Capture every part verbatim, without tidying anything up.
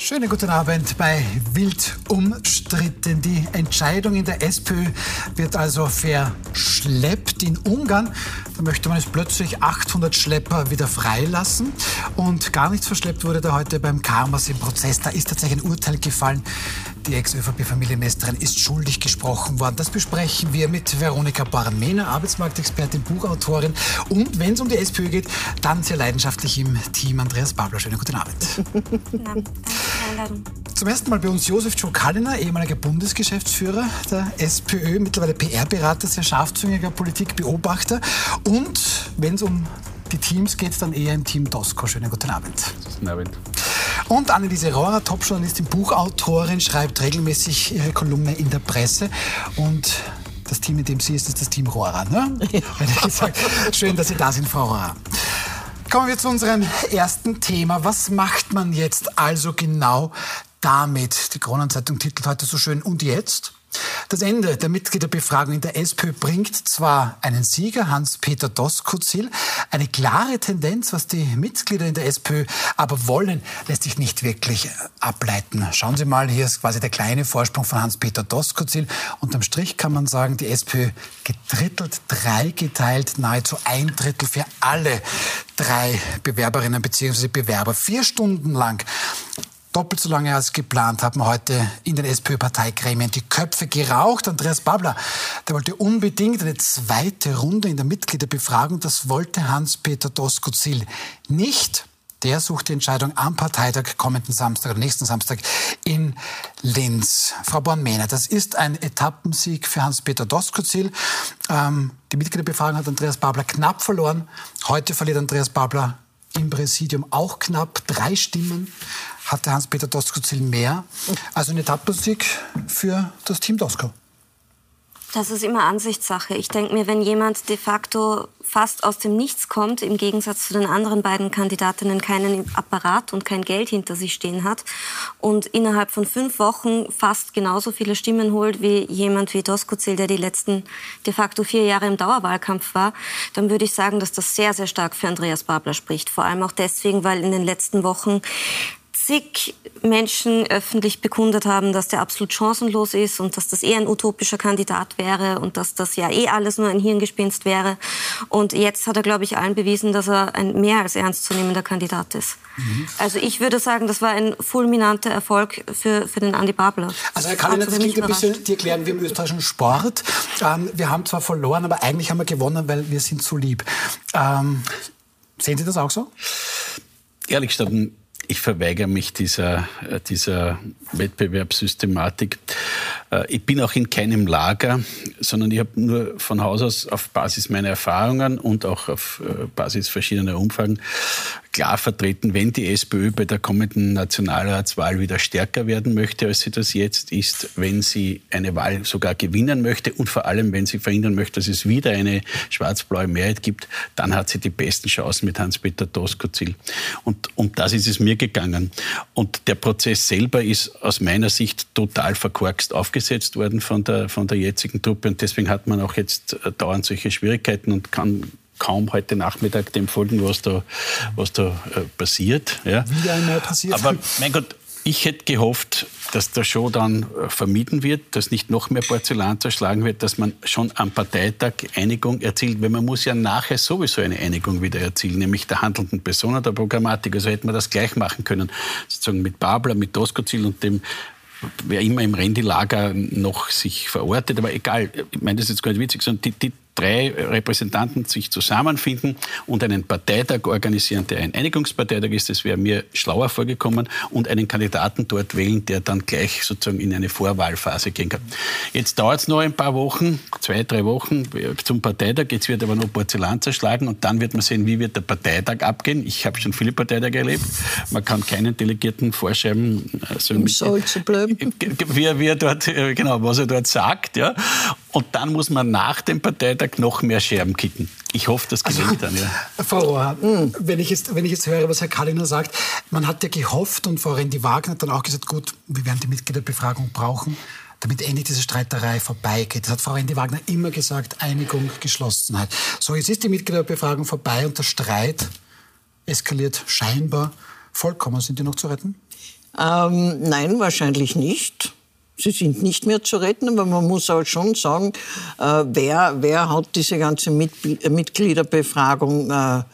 Schönen guten Abend bei Wild umstritten. Die Entscheidung in der SPÖ wird also verschleppt. In Ungarn, da möchte man es plötzlich achthundert Schlepper wieder freilassen. Und gar nichts verschleppt wurde da heute beim Karmas im Prozess. Da ist tatsächlich ein Urteil gefallen. Die Ex-ÖVP-Familienministerin ist schuldig gesprochen worden. Das besprechen wir mit Veronika Born-Mehner, Arbeitsmarktexpertin, Buchautorin. Und wenn es um die SPÖ geht, dann sehr leidenschaftlich im Team Andreas Babler. Schönen guten Abend. Guten Abend. Einladung. Zum ersten Mal bei uns Josef Tschokaliner, ehemaliger Bundesgeschäftsführer der SPÖ, mittlerweile P R-Berater, sehr scharfzüngiger Politikbeobachter. Und wenn es um die Teams geht, dann eher im Team Dosco. Schönen guten Abend. Guten Abend. Und Anneliese Rohrer, Topjournalistin, Buchautorin, schreibt regelmäßig ihre Kolumne in der Presse. Und das Team, in dem sie ist, ist das Team Rohrer. Ne? Ja. Hätte ich gesagt. Schön, dass Sie da sind, Frau Rohrer. Kommen wir zu unserem ersten Thema. Was macht man jetzt also genau damit? Die Kronenzeitung titelt heute so schön: Und jetzt? Das Ende der Mitgliederbefragung in der SPÖ bringt zwar einen Sieger, Hans-Peter Doskozil, eine klare Tendenz, was die Mitglieder in der SPÖ aber wollen, lässt sich nicht wirklich ableiten. Schauen Sie mal, hier ist quasi der kleine Vorsprung von Hans-Peter Doskozil. Unterm Strich kann man sagen, die SPÖ gedrittelt, dreigeteilt, nahezu ein Drittel für alle drei Bewerberinnen bzw. Bewerber. Vier Stunden lang, doppelt so lange als geplant, haben heute in den SPÖ-Parteigremien die Köpfe geraucht. Andreas Babler, der wollte unbedingt eine zweite Runde in der Mitgliederbefragung. Das wollte Hans-Peter Doskozil nicht. Der sucht die Entscheidung am Parteitag kommenden Samstag oder nächsten Samstag in Linz. Frau Born-Mehner, das ist ein Etappensieg für Hans-Peter Doskozil. Ähm, die Mitgliederbefragung hat Andreas Babler knapp verloren. Heute verliert Andreas Babler im Präsidium auch knapp. Drei Stimmen hatte Hans-Peter Doskozil mehr. Also ein Etappensieg für das Team Dosco. Das ist immer Ansichtssache. Ich denke mir, wenn jemand de facto fast aus dem Nichts kommt, im Gegensatz zu den anderen beiden Kandidatinnen keinen Apparat und kein Geld hinter sich stehen hat und innerhalb von fünf Wochen fast genauso viele Stimmen holt wie jemand wie Doskozil, der die letzten de facto vier Jahre im Dauerwahlkampf war, dann würde ich sagen, dass das sehr, sehr stark für Andreas Babler spricht. Vor allem auch deswegen, weil in den letzten Wochen zig Menschen öffentlich bekundet haben, dass der absolut chancenlos ist und dass das eher ein utopischer Kandidat wäre und dass das ja eh alles nur ein Hirngespinst wäre. Und jetzt hat er, glaube ich, allen bewiesen, dass er ein mehr als ernstzunehmender Kandidat ist. Mhm. Also ich würde sagen, das war ein fulminanter Erfolg für, für den Andi Babler. Also Herr Kaliner, das klingt ein bisschen, die erklären wir im österreichischen Sport. Ähm, wir haben zwar verloren, aber eigentlich haben wir gewonnen, weil wir sind so lieb. Ähm, sehen Sie das auch so? Ehrlich gesagt, ich verweigere mich dieser, dieser Wettbewerbssystematik. Ich bin auch in keinem Lager, sondern ich habe nur von Haus aus auf Basis meiner Erfahrungen und auch auf Basis verschiedener Umfragen klar vertreten, wenn die SPÖ bei der kommenden Nationalratswahl wieder stärker werden möchte, als sie das jetzt ist, wenn sie eine Wahl sogar gewinnen möchte und vor allem, wenn sie verhindern möchte, dass es wieder eine schwarz-blaue Mehrheit gibt, dann hat sie die besten Chancen mit Hans-Peter Doskozil. Und um das ist es mir gegangen. Und der Prozess selber ist aus meiner Sicht total verkorkst aufgesetzt worden von der, von der jetzigen Truppe und deswegen hat man auch jetzt dauernd solche Schwierigkeiten und kann kaum heute Nachmittag dem folgen, was da, was da äh, passiert. Ja. Wieder einmal passiert. Aber mein Gott, ich hätte gehofft, dass der Showdown äh, vermieden wird, dass nicht noch mehr Porzellan zerschlagen wird, dass man schon am Parteitag Einigung erzielt, weil man muss ja nachher sowieso eine Einigung wieder erzielen, nämlich der handelnden Person der Programmatik. Also hätte man das gleich machen können, sozusagen mit Babler, mit Doskozil und dem wer immer im Randy-Lager noch sich verortet, aber egal, ich meine, das ist jetzt gar nicht witzig, sondern die, die drei Repräsentanten sich zusammenfinden und einen Parteitag organisieren, der ein Einigungsparteitag ist, das wäre mir schlauer vorgekommen, und einen Kandidaten dort wählen, der dann gleich sozusagen in eine Vorwahlphase gehen kann. Jetzt dauert es noch ein paar Wochen, zwei, drei Wochen zum Parteitag, jetzt wird aber noch Porzellan zerschlagen und dann wird man sehen, wie wird der Parteitag abgehen. Ich habe schon viele Parteitage erlebt. Man kann keinen Delegierten vorschreiben, also um soll zu bleiben. Wie er, wie er dort, genau, was er dort sagt, ja. Und dann muss man nach dem Parteitag noch mehr Scherben kicken. Ich hoffe, das gelingt also, dann, ja. Frau Rohr, mhm. wenn, ich jetzt, wenn ich jetzt höre, was Herr Kaliner sagt, man hat ja gehofft und Frau Rendi-Wagner hat dann auch gesagt, gut, wir werden die Mitgliederbefragung brauchen, damit endlich diese Streiterei vorbeigeht. Das hat Frau Rendi-Wagner immer gesagt, Einigung, Geschlossenheit. So, jetzt ist die Mitgliederbefragung vorbei und der Streit eskaliert scheinbar vollkommen. Sind die noch zu retten? Ähm, nein, wahrscheinlich nicht. Sie sind nicht mehr zu retten, aber man muss auch schon sagen, äh, wer, wer hat diese ganze Mit- Mitgliederbefragung äh,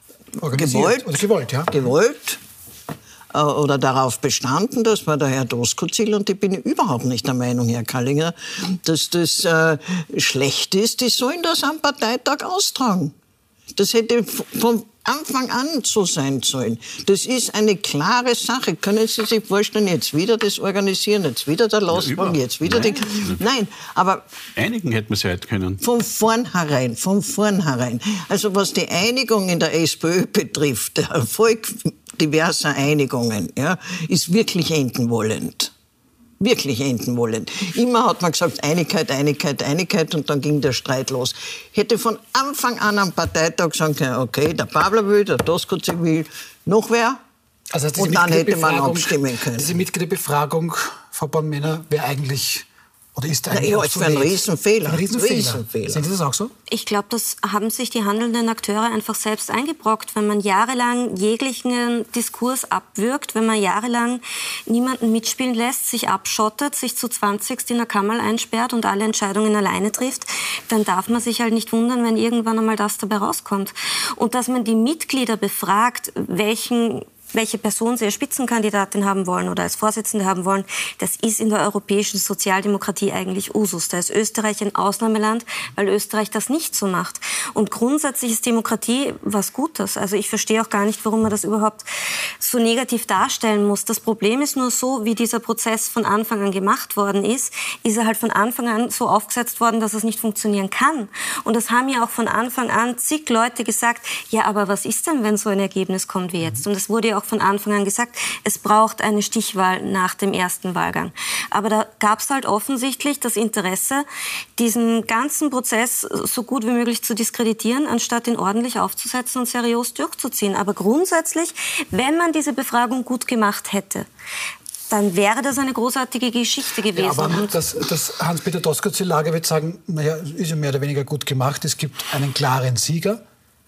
gewollt, oder gewollt, ja. gewollt äh, oder darauf bestanden, das war der Herr Doskozil, und ich bin überhaupt nicht der Meinung, Herr Kallinger, dass das äh, schlecht ist. Die sollen das am Parteitag austragen. Das hätte von Anfang an so sein sollen. Das ist eine klare Sache. Können Sie sich vorstellen, jetzt wieder das organisieren, jetzt wieder der Lastwagen, ja, jetzt wieder Nein. die... Nein, aber... Einigen hätten wir es heute können. Von vornherein, von vornherein. Also was die Einigung in der SPÖ betrifft, der Erfolg diverser Einigungen, ja, ist wirklich enden wollend. Wirklich enden wollen. Immer hat man gesagt, Einigkeit, Einigkeit, Einigkeit, und dann ging der Streit los. Hätte von Anfang an am Parteitag sagen können, okay, der Pabler will, der Doskozil will, noch wer? Also und dann hätte man abstimmen können. Diese Mitgliederbefragung, Frau Born-Mehner, wäre eigentlich... Oder ist eigentlich ja, für einen Riesenfehler. Ein Riesenfehler. Riesenfehler. Sehen Sie das auch so? Ich glaube, das haben sich die handelnden Akteure einfach selbst eingebrockt, wenn man jahrelang jeglichen Diskurs abwürgt, wenn man jahrelang niemanden mitspielen lässt, sich abschottet, sich zu zwanzig in der Kammer einsperrt und alle Entscheidungen alleine trifft, dann darf man sich halt nicht wundern, wenn irgendwann einmal das dabei rauskommt. Und dass man die Mitglieder befragt, welchen welche Person sie als Spitzenkandidatin haben wollen oder als Vorsitzende haben wollen, das ist in der europäischen Sozialdemokratie eigentlich Usus. Da ist Österreich ein Ausnahmeland, weil Österreich das nicht so macht. Und grundsätzlich ist Demokratie was Gutes. Also ich verstehe auch gar nicht, warum man das überhaupt so negativ darstellen muss. Das Problem ist nur so, wie dieser Prozess von Anfang an gemacht worden ist, ist er halt von Anfang an so aufgesetzt worden, dass es nicht funktionieren kann. Und das haben ja auch von Anfang an zig Leute gesagt, ja, aber was ist denn, wenn so ein Ergebnis kommt wie jetzt? Und es wurde ja auch von Anfang an gesagt, es braucht eine Stichwahl nach dem ersten Wahlgang. Aber da gab es halt offensichtlich das Interesse, diesen ganzen Prozess so gut wie möglich zu diskreditieren, anstatt ihn ordentlich aufzusetzen und seriös durchzuziehen. Aber grundsätzlich, wenn man diese Befragung gut gemacht hätte, dann wäre das eine großartige Geschichte gewesen. Ja, aber das, das Hans-Peter Doskozil-Lager wird sagen, naja, ist ja mehr oder weniger gut gemacht, es gibt einen klaren Sieger.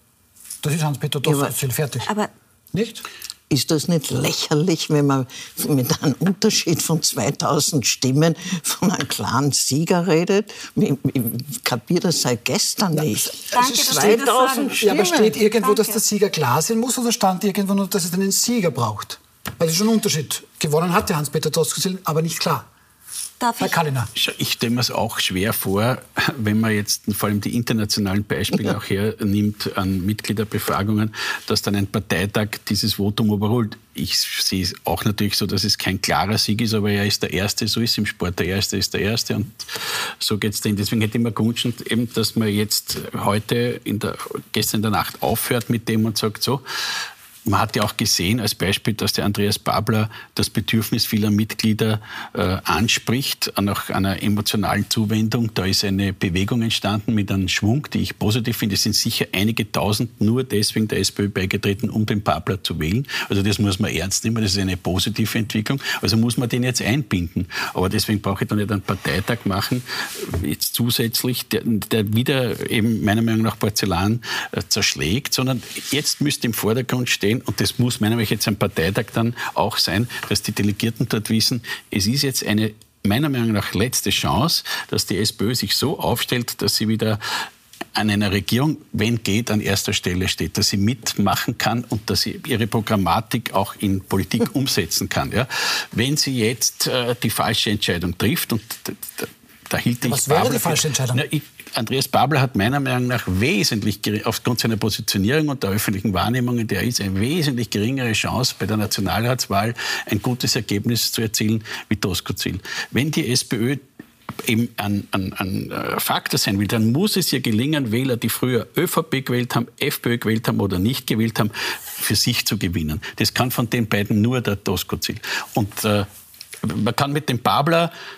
Das ist Hans-Peter Doskozil, fertig. Aber nicht? Ist das nicht lächerlich, wenn man mit einem Unterschied von zweitausend Stimmen von einem klaren Sieger redet? Ich, ich kapiere das seit gestern nicht. Danke, das ist dass Sie das zweitausend sagen. Stimmen. Ja, aber steht irgendwo, Danke. dass der Sieger klar sein muss, oder stand irgendwo nur, dass es einen Sieger braucht? Weil das ist schon ein Unterschied. Gewonnen hat der Hans-Peter Doskozil, aber nicht klar. Darf Herr ich? Kalliner. Ich stelle mir es auch schwer vor, wenn man jetzt vor allem die internationalen Beispiele auch hernimmt an Mitgliederbefragungen, dass dann ein Parteitag dieses Votum überholt. Ich sehe es auch natürlich so, dass es kein klarer Sieg ist, aber er ist der Erste, so ist es im Sport. Der Erste ist der Erste und so geht es denn. Deswegen hätte ich mir gewünscht, eben, dass man jetzt heute, in der, gestern in der Nacht aufhört mit dem und sagt so, man hat ja auch gesehen als Beispiel, dass der Andreas Babler das Bedürfnis vieler Mitglieder äh, anspricht, nach einer emotionalen Zuwendung. Da ist eine Bewegung entstanden mit einem Schwung, die ich positiv finde. Es sind sicher einige Tausend nur deswegen der SPÖ beigetreten, um den Babler zu wählen. Also das muss man ernst nehmen, das ist eine positive Entwicklung. Also muss man den jetzt einbinden. Aber deswegen brauche ich dann nicht einen Parteitag machen, jetzt zusätzlich, der, der wieder eben meiner Meinung nach Porzellan äh, zerschlägt, sondern jetzt müsste im Vordergrund stehen, und das muss meiner Meinung nach jetzt ein Parteitag dann auch sein, dass die Delegierten dort wissen, es ist jetzt eine meiner Meinung nach letzte Chance, dass die SPÖ sich so aufstellt, dass sie wieder an einer Regierung, wenn geht, an erster Stelle steht, dass sie mitmachen kann und dass sie ihre Programmatik auch in Politik umsetzen kann. Ja? Wenn sie jetzt äh, die falsche Entscheidung trifft, und da, da, da hielt ich Was wäre Babler die falsche Entscheidung? Na, ich, Andreas Babler hat meiner Meinung nach wesentlich, aufgrund seiner Positionierung und der öffentlichen Wahrnehmung, der ist eine wesentlich geringere Chance, bei der Nationalratswahl ein gutes Ergebnis zu erzielen wie Doskozil. Wenn die SPÖ eben ein, ein, ein Faktor sein will, dann muss es ihr gelingen, Wähler, die früher ÖVP gewählt haben, FPÖ gewählt haben oder nicht gewählt haben, für sich zu gewinnen. Das kann von den beiden nur der Doskozil. Und äh, man kann mit dem Babler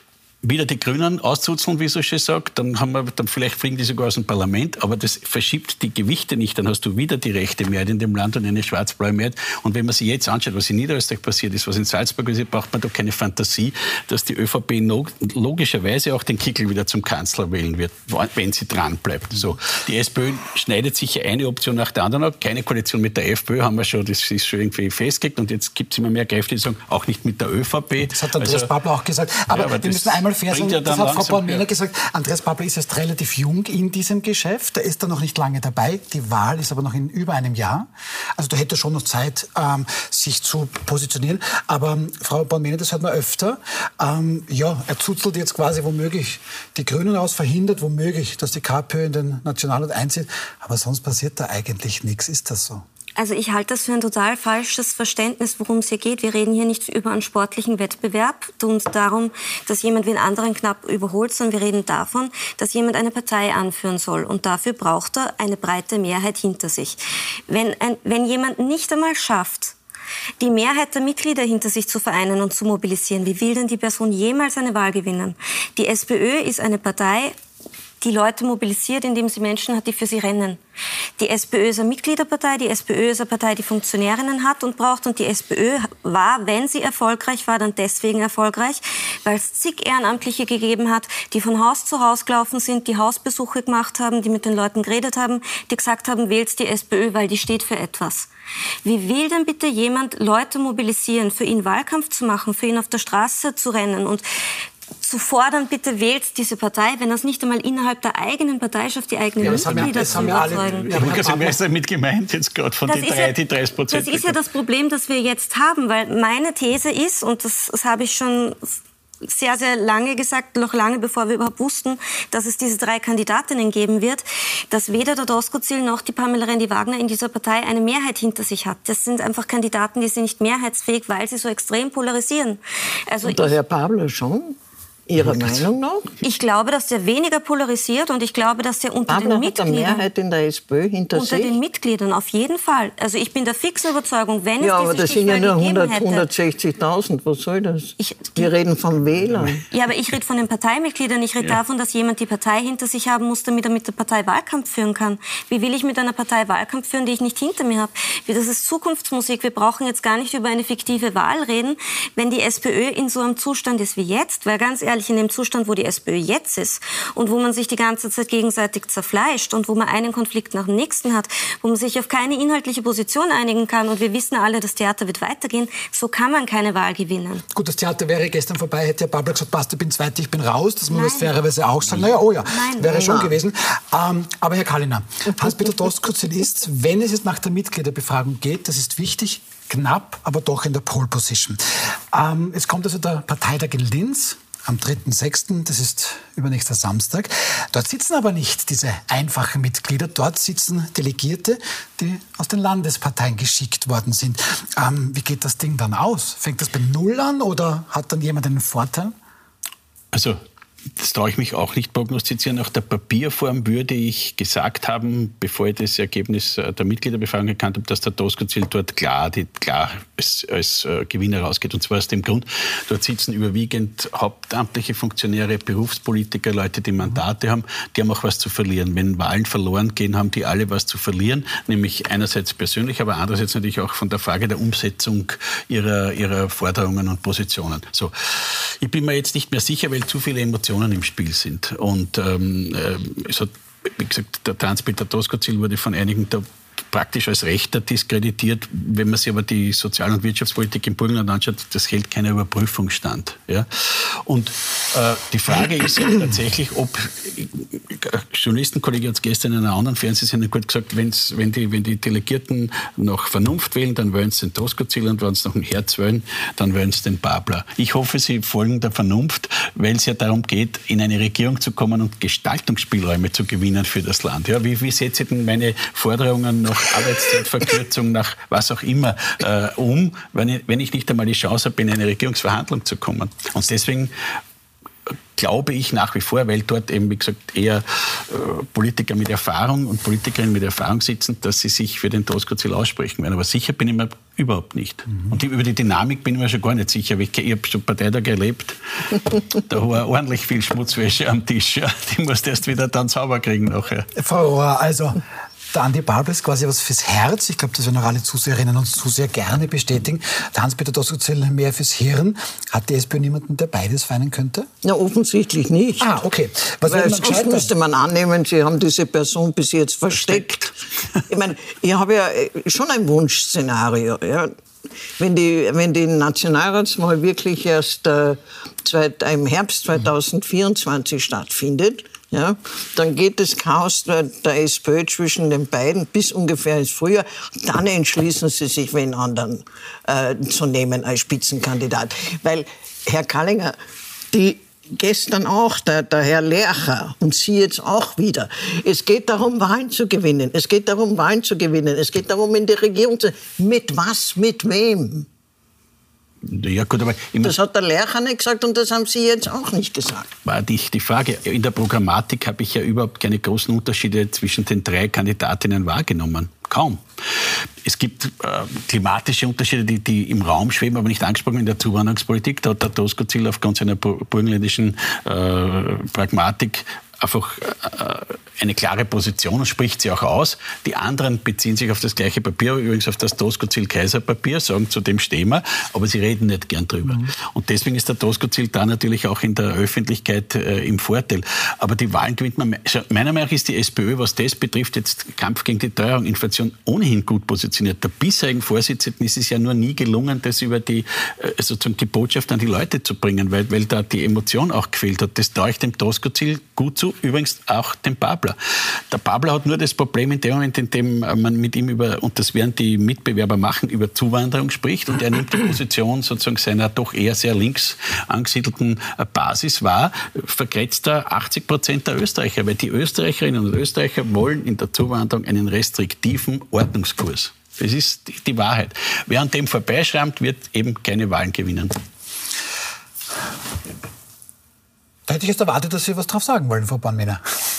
wieder die Grünen auszuzeln, wie so schön sagt, dann haben wir, dann vielleicht fliegen die sogar aus dem Parlament, aber das verschiebt die Gewichte nicht, dann hast du wieder die rechte Mehrheit in dem Land und eine schwarz-blaue Mehrheit. Und wenn man sich jetzt anschaut, was in Niederösterreich passiert ist, was in Salzburg ist, braucht man doch keine Fantasie, dass die ÖVP logischerweise auch den Kickl wieder zum Kanzler wählen wird, wenn sie dran bleibt. So. Die SPÖ schneidet sich eine Option nach der anderen ab, keine Koalition mit der FPÖ haben wir schon, das ist schon irgendwie festgelegt und jetzt gibt es immer mehr Kräfte, die sagen, auch nicht mit der ÖVP. Das hat Andreas also, Babler auch gesagt. Aber, ja, aber wir müssen einmal fair sein, ja das hat Frau Born-Mehner ja. gesagt, Andreas Babler ist erst relativ jung in diesem Geschäft, er ist da noch nicht lange dabei, die Wahl ist aber noch in über einem Jahr. Also da hätte er schon noch Zeit, ähm, sich zu positionieren. Aber ähm, Frau Born-Mehner, das hört man öfter, ähm, ja, er zuzelt jetzt quasi womöglich die Grünen aus, verhindert womöglich, dass die KPÖ in den Nationalrat einzieht. Aber sonst passiert da eigentlich nichts. Ist das so? Also ich halte das für ein total falsches Verständnis, worum es hier geht. Wir reden hier nicht über einen sportlichen Wettbewerb und darum, dass jemand den anderen knapp überholt, sondern wir reden davon, dass jemand eine Partei anführen soll. Und dafür braucht er eine breite Mehrheit hinter sich. Wenn, ein, wenn jemand nicht einmal schafft, die Mehrheit der Mitglieder hinter sich zu vereinen und zu mobilisieren, wie will denn die Person jemals eine Wahl gewinnen? Die SPÖ ist eine Partei, die Leute mobilisiert, indem sie Menschen hat, die für sie rennen. Die SPÖ ist eine Mitgliederpartei, die SPÖ ist eine Partei, die Funktionärinnen hat und braucht. Und die SPÖ war, wenn sie erfolgreich war, dann deswegen erfolgreich, weil es zig Ehrenamtliche gegeben hat, die von Haus zu Haus gelaufen sind, die Hausbesuche gemacht haben, die mit den Leuten geredet haben, die gesagt haben, wählt die SPÖ, weil die steht für etwas. Wie will denn bitte jemand Leute mobilisieren, für ihn Wahlkampf zu machen, für ihn auf der Straße zu rennen und zu fordern, bitte wählt diese Partei, wenn das nicht einmal innerhalb der eigenen Parteienschaft die eigenen ja, Mitglieder ja, zu überzeugen. Ja, ich sagen, wer ist damit gemeint jetzt gerade von den ja, dreißig Prozent? Das ist ja das Problem, das wir jetzt haben, weil meine These ist, und das, das habe ich schon sehr, sehr lange gesagt, noch lange bevor wir überhaupt wussten, dass es diese drei Kandidatinnen geben wird, dass weder der Doskozil noch die Pamela Rendi-Wagner in dieser Partei eine Mehrheit hinter sich hat. Das sind einfach Kandidaten, die sind nicht mehrheitsfähig, weil sie so extrem polarisieren. Also und der Herr Pablo schon? Ihrer Meinung nach? Ich glaube, dass der weniger polarisiert und ich glaube, dass der unter Pablo den Mitgliedern... hat eine Mehrheit in der SPÖ hinter unter sich? den Mitgliedern, auf jeden Fall. Also ich bin der fixen Überzeugung, wenn ja, es aber das sind ja nur hundertsechzigtausend. Was soll das? Ich, Wir reden von Wählern. Ja, aber ich rede von den Parteimitgliedern. Ich rede ja. davon, dass jemand die Partei hinter sich haben muss, damit er mit der Partei Wahlkampf führen kann. Wie will ich mit einer Partei Wahlkampf führen, die ich nicht hinter mir habe? Das ist Zukunftsmusik. Wir brauchen jetzt gar nicht über eine fiktive Wahl reden, wenn die SPÖ in so einem Zustand ist wie jetzt. Weil ganz ehrlich, in dem Zustand, wo die SPÖ jetzt ist und wo man sich die ganze Zeit gegenseitig zerfleischt und wo man einen Konflikt nach dem nächsten hat, wo man sich auf keine inhaltliche Position einigen kann und wir wissen alle, das Theater wird weitergehen, so kann man keine Wahl gewinnen. Gut, das Theater wäre gestern vorbei, hätte Herr Babler gesagt, passt, ich bin Zweite, ich bin raus, das muss man fairerweise auch sagen. Naja, oh ja, Nein. wäre schon Nein. gewesen. Ähm, aber Herr Kalliner, Hans-Peter Doskozil ist, wenn es jetzt nach der Mitgliederbefragung geht, das ist wichtig, knapp, aber doch in der Pole Position. Ähm, es kommt also der Parteitag in Linz am dritten sechsten, das ist übernächster Samstag. Dort sitzen aber nicht diese einfachen Mitglieder, dort sitzen Delegierte, die aus den Landesparteien geschickt worden sind. Ähm, wie geht das Ding dann aus? Fängt das bei Null an oder hat dann jemand einen Vorteil? Also das traue ich mich auch nicht prognostizieren. Nach der Papierform würde ich gesagt haben, bevor ich das Ergebnis der Mitgliederbefragung gekannt habe, dass der Doskozil dort klar, die, klar als, als Gewinner rausgeht. Und zwar aus dem Grund, dort sitzen überwiegend hauptamtliche Funktionäre, Berufspolitiker, Leute, die Mandate haben, die haben auch was zu verlieren. Wenn Wahlen verloren gehen, haben die alle was zu verlieren, nämlich einerseits persönlich, aber andererseits natürlich auch von der Frage der Umsetzung ihrer, ihrer Forderungen und Positionen. So, ich bin mir jetzt nicht mehr sicher, weil zu viele Emotionen im Spiel sind. Und ähm, es hat, wie gesagt, der Hans-Peter Doskozil wurde von einigen da praktisch als Rechter diskreditiert. Wenn man sich aber die Sozial- und Wirtschaftspolitik im Burgenland anschaut, das hält keiner Überprüfung stand. Ja? Und äh, die Frage ist ja tatsächlich, ob ein Journalistenkollege hat es gestern in einer anderen Fernsehsendung gut gesagt, wenn's, wenn, die, wenn die Delegierten nach Vernunft wählen, dann wählen sie den Doskozil und wenn sie nach dem Herz wählen, dann wählen sie den Babler. Ich hoffe, sie folgen der Vernunft, weil es ja darum geht, in eine Regierung zu kommen und Gestaltungsspielräume zu gewinnen für das Land. Ja, wie, wie setze ich denn meine Forderungen nach Arbeitszeitverkürzung, nach was auch immer äh, um, wenn ich, wenn ich nicht einmal die Chance habe, in eine Regierungsverhandlung zu kommen? Und deswegen glaube ich nach wie vor, weil dort eben, wie gesagt, eher äh, Politiker mit Erfahrung und Politikerinnen mit Erfahrung sitzen, dass sie sich für den Doskozil aussprechen werden. Aber sicher bin ich mir überhaupt nicht. Mhm. Und über die Dynamik bin ich mir schon gar nicht sicher. Ich, ich habe schon Parteitag erlebt, da war ordentlich viel Schmutzwäsche am Tisch. Ja. Die musst du erst wieder dann sauber kriegen nachher. Frau Rohr, also der Andi Babler ist quasi was fürs Herz. Ich glaube, das werden auch alle Zuseherinnen und Zuseher gerne bestätigen. Der Hans-Peter Doskozil mehr fürs Hirn. Hat die SPÖ niemanden, der beides vereinen könnte? Na, offensichtlich nicht. Ah, okay. Was Weil sonst müsste man annehmen, Sie haben diese Person bis jetzt versteckt. Ich meine, ich habe ja schon ein Wunschszenario. Ja. Wenn die, wenn die Nationalratswahl wirklich erst äh, im Herbst zweitausendvierundzwanzig stattfindet, ja, dann geht das Chaos der, der SPÖ zwischen den beiden bis ungefähr ins Frühjahr. Dann entschließen sie sich, wen anderen äh, zu nehmen als Spitzenkandidat. Weil, Herr Kallinger, die gestern auch der, der Herr Lercher und Sie jetzt auch wieder. Es geht darum, Wahlen zu gewinnen. Es geht darum, Wahlen zu gewinnen. Es geht darum, in die Regierung zu... Mit was, mit wem? Ja, gut, aber das hat der Lercher nicht gesagt und das haben Sie jetzt auch nicht gesagt. War die, die Frage, in der Programmatik habe ich ja überhaupt keine großen Unterschiede zwischen den drei Kandidatinnen wahrgenommen. Kaum. Es gibt äh, klimatische Unterschiede, die, die im Raum schweben, aber nicht angesprochen in der Zuwanderungspolitik. Da hat der Doskozil aufgrund seiner burgenländischen äh, Pragmatik einfach äh, eine klare Position und spricht sie auch aus. Die anderen beziehen sich auf das gleiche Papier, übrigens auf das Doskozil-Kaiser-Papier, sagen, zu dem stehen wir, aber sie reden nicht gern drüber. Mhm. Und deswegen ist der Doskozil da natürlich auch in der Öffentlichkeit äh, im Vorteil. Aber die Wahlen gewinnt man. Also meiner Meinung nach ist die SPÖ, was das betrifft, jetzt Kampf gegen die Teuerung, Inflation, ohnehin gut positioniert. Der bisherigen Vorsitzenden ist es ja nur nie gelungen, das über die, äh, sozusagen die Botschaft an die Leute zu bringen, weil, weil da die Emotion auch gefehlt hat. Das traue ich dem Doskozil gut zu, übrigens auch dem Babler. Der Babler hat nur das Problem in dem Moment, in dem man mit ihm über, und das werden die Mitbewerber machen, über Zuwanderung spricht und er nimmt die Position sozusagen seiner doch eher sehr links angesiedelten Basis wahr, vergrätzt er achtzig Prozent der Österreicher, weil die Österreicherinnen und Österreicher wollen in der Zuwanderung einen restriktiven Ordnungskurs. Das ist die Wahrheit. Wer an dem vorbeischrammt, wird eben keine Wahlen gewinnen. Da hätte ich jetzt erwartet, dass Sie was drauf sagen wollen, Frau Bornmänner.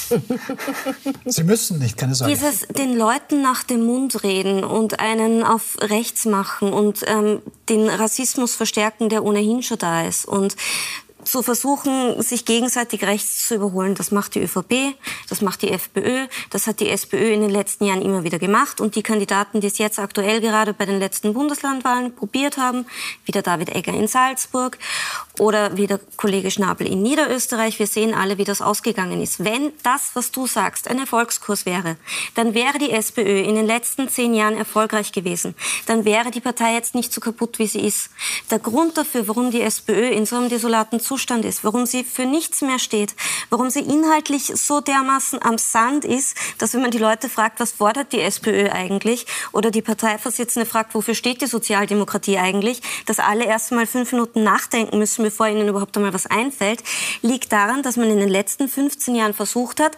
Sie müssen nicht, keine Sorge. Dieses den Leuten nach dem Mund reden und einen auf rechts machen und ähm, den Rassismus verstärken, der ohnehin schon da ist. Und zu versuchen, sich gegenseitig rechts zu überholen, das macht die ÖVP, das macht die FPÖ, das hat die SPÖ in den letzten Jahren immer wieder gemacht. Und die Kandidaten, die es jetzt aktuell gerade bei den letzten Bundeslandwahlen probiert haben, wie der David Egger in Salzburg oder wie der Kollege Schnabel in Niederösterreich, wir sehen alle, wie das ausgegangen ist. Wenn das, was du sagst, ein Erfolgskurs wäre, dann wäre die SPÖ in den letzten zehn Jahren erfolgreich gewesen. Dann wäre die Partei jetzt nicht so kaputt, wie sie ist. Der Grund dafür, warum die SPÖ in so einem desolaten Zustand ist, warum sie für nichts mehr steht, warum sie inhaltlich so dermaßen am Sand ist, dass wenn man die Leute fragt, was fordert die SPÖ eigentlich, oder die Parteivorsitzende fragt, wofür steht die Sozialdemokratie eigentlich, dass alle erst mal fünf Minuten nachdenken müssen, bevor ihnen überhaupt einmal was einfällt, liegt daran, dass man in den letzten fünfzehn Jahren versucht hat,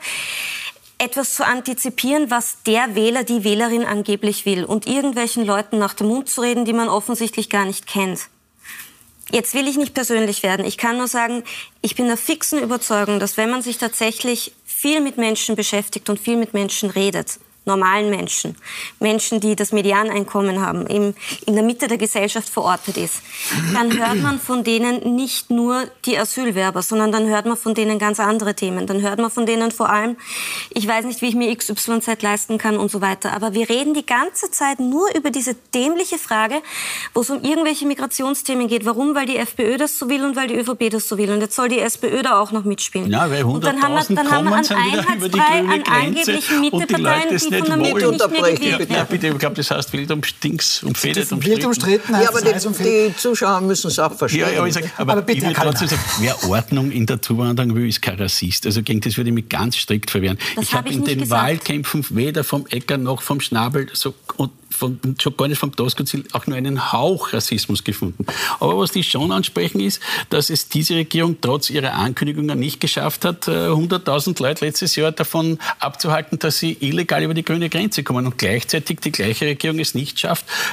etwas zu antizipieren, was der Wähler, die Wählerin angeblich will und irgendwelchen Leuten nach dem Mund zu reden, die man offensichtlich gar nicht kennt. Jetzt will ich nicht persönlich werden. Ich kann nur sagen, ich bin der fixen Überzeugung, dass wenn man sich tatsächlich viel mit Menschen beschäftigt und viel mit Menschen redet, normalen Menschen, Menschen, die das Medianeinkommen haben, im, in der Mitte der Gesellschaft verortet ist, dann hört man von denen nicht nur die Asylwerber, sondern dann hört man von denen ganz andere Themen. Dann hört man von denen vor allem, ich weiß nicht, wie ich mir X Y Z leisten kann und so weiter. Aber wir reden die ganze Zeit nur über diese dämliche Frage, wo es um irgendwelche Migrationsthemen geht. Warum? Weil die FPÖ das so will und weil die ÖVP das so will. Und jetzt soll die SPÖ da auch noch mitspielen. Ja, weil hunderttausend kommen an Einheitsbrei an angeblichen Mitteparteien, die von der Mitte nicht mehr gewählt werden. Bitte, ich glaube, das heißt wild umstings, umfädet, umstritten. Wild umstritten heißt ja, aber die, die Zuschauer müssen es auch verstehen. Ja, ja, aber, ich sag, aber, aber bitte, ich würde trotzdem sagen, wer Ordnung in der Zuwanderung will, ist kein Rassist. Also gegen das würde ich mich ganz strikt verwehren. Das ich habe hab in den gesagt. Wahlkämpfen weder vom Egger noch vom Schnabel so, und von, schon gar nicht vom Doskozil auch nur einen Hauch Rassismus gefunden. Aber was die schon ansprechen ist, dass es diese Regierung trotz ihrer Ankündigungen nicht geschafft hat, hunderttausend Leute letztes Jahr davon abzuhalten, dass sie illegal über die grüne Grenze kommen und gleichzeitig die gleiche Regierung es nicht schafft,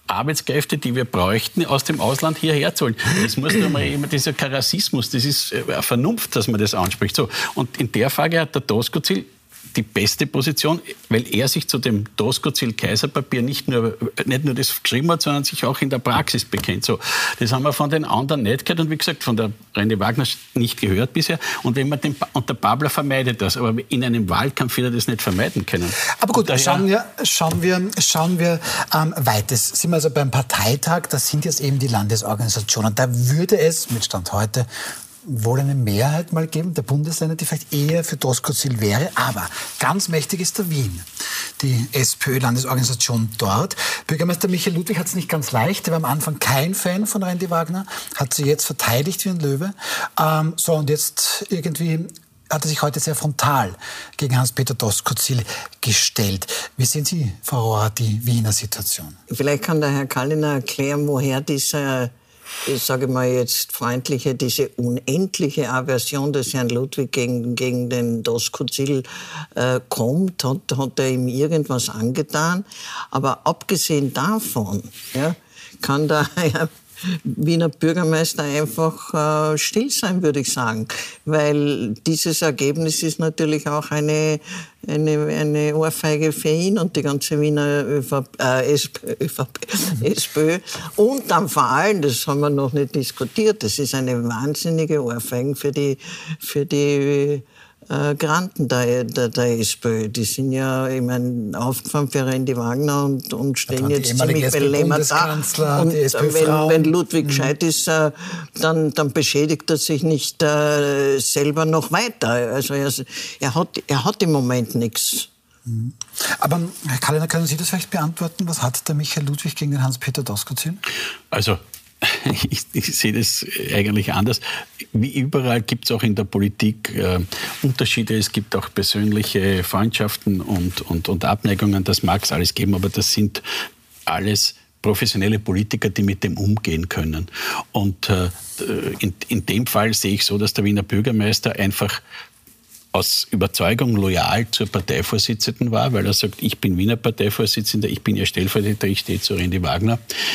Arbeitskräfte, die wir bräuchten, aus dem Ausland hierher zu holen. Das muss doch mal immer, dieser Rassismus, das ist eine Vernunft, dass man das anspricht. So. Und in der Frage hat der Doskozil die beste Position, weil er sich zu dem Doskozil-Kaiserpapier nicht nur, nicht nur das geschrieben hat, sondern sich auch in der Praxis bekennt. So, das haben wir von den anderen nicht gehört und wie gesagt, von der René Wagner nicht gehört bisher. Und, wenn man den, und der Babler vermeidet das, aber in einem Wahlkampf wird er das nicht vermeiden können. Aber gut, schauen wir, schauen wir, schauen wir ähm, weites. Sind wir also beim Parteitag, das sind jetzt eben die Landesorganisationen. Da würde es, mit Stand heute, wohl eine Mehrheit mal geben, der Bundesländer, die vielleicht eher für Doskozil wäre. Aber ganz mächtig ist der Wien, die SPÖ-Landesorganisation dort. Bürgermeister Michael Ludwig hat es nicht ganz leicht. Er war am Anfang kein Fan von Rendi Wagner, hat sie jetzt verteidigt wie ein Löwe. Ähm, so, und jetzt irgendwie hat er sich heute sehr frontal gegen Hans-Peter Doskozil gestellt. Wie sehen Sie, Frau Rohrer, die Wiener Situation? Vielleicht kann der Herr Kalliner erklären, woher dieser, ich sage mal jetzt freundliche, diese unendliche Aversion des Herrn Ludwig gegen, gegen den Doskozil äh, kommt. Hat, hat er ihm irgendwas angetan? Aber abgesehen davon, ja, kann der Herr Wiener Bürgermeister einfach äh, still sein, würde ich sagen. Weil dieses Ergebnis ist natürlich auch eine, eine, eine Ohrfeige für ihn und die ganze Wiener ÖVP, äh, SPÖ, ÖVP, SPÖ. Und dann vor allem, das haben wir noch nicht diskutiert, das ist eine wahnsinnige Ohrfeige für die, für die Äh, Granten der, der, der SPÖ. Die sind ja, ich meine, aufgefahren für Rendi Wagner und, und stehen jetzt ziemlich belämmert da. Und wenn, wenn Ludwig mhm. gescheit ist, äh, dann, dann beschädigt er sich nicht äh, selber noch weiter. Also er, er, hat, er hat im Moment nichts. Mhm. Aber Herr Kalliner, können Sie das vielleicht beantworten? Was hat der Michael Ludwig gegen den Hans-Peter Doskozil? Also Ich, ich sehe das eigentlich anders. Wie überall gibt es auch in der Politik äh, Unterschiede. Es gibt auch persönliche Freundschaften und, und, und Abneigungen. Das mag es alles geben, aber das sind alles professionelle Politiker, die mit dem umgehen können. Und äh, in, in dem Fall sehe ich so, dass der Wiener Bürgermeister einfach aus Überzeugung loyal zur Parteivorsitzenden war, weil er sagt, ich bin Wiener Parteivorsitzender, ich bin ihr Stellvertreter, ich stehe zu Rendi Wagner.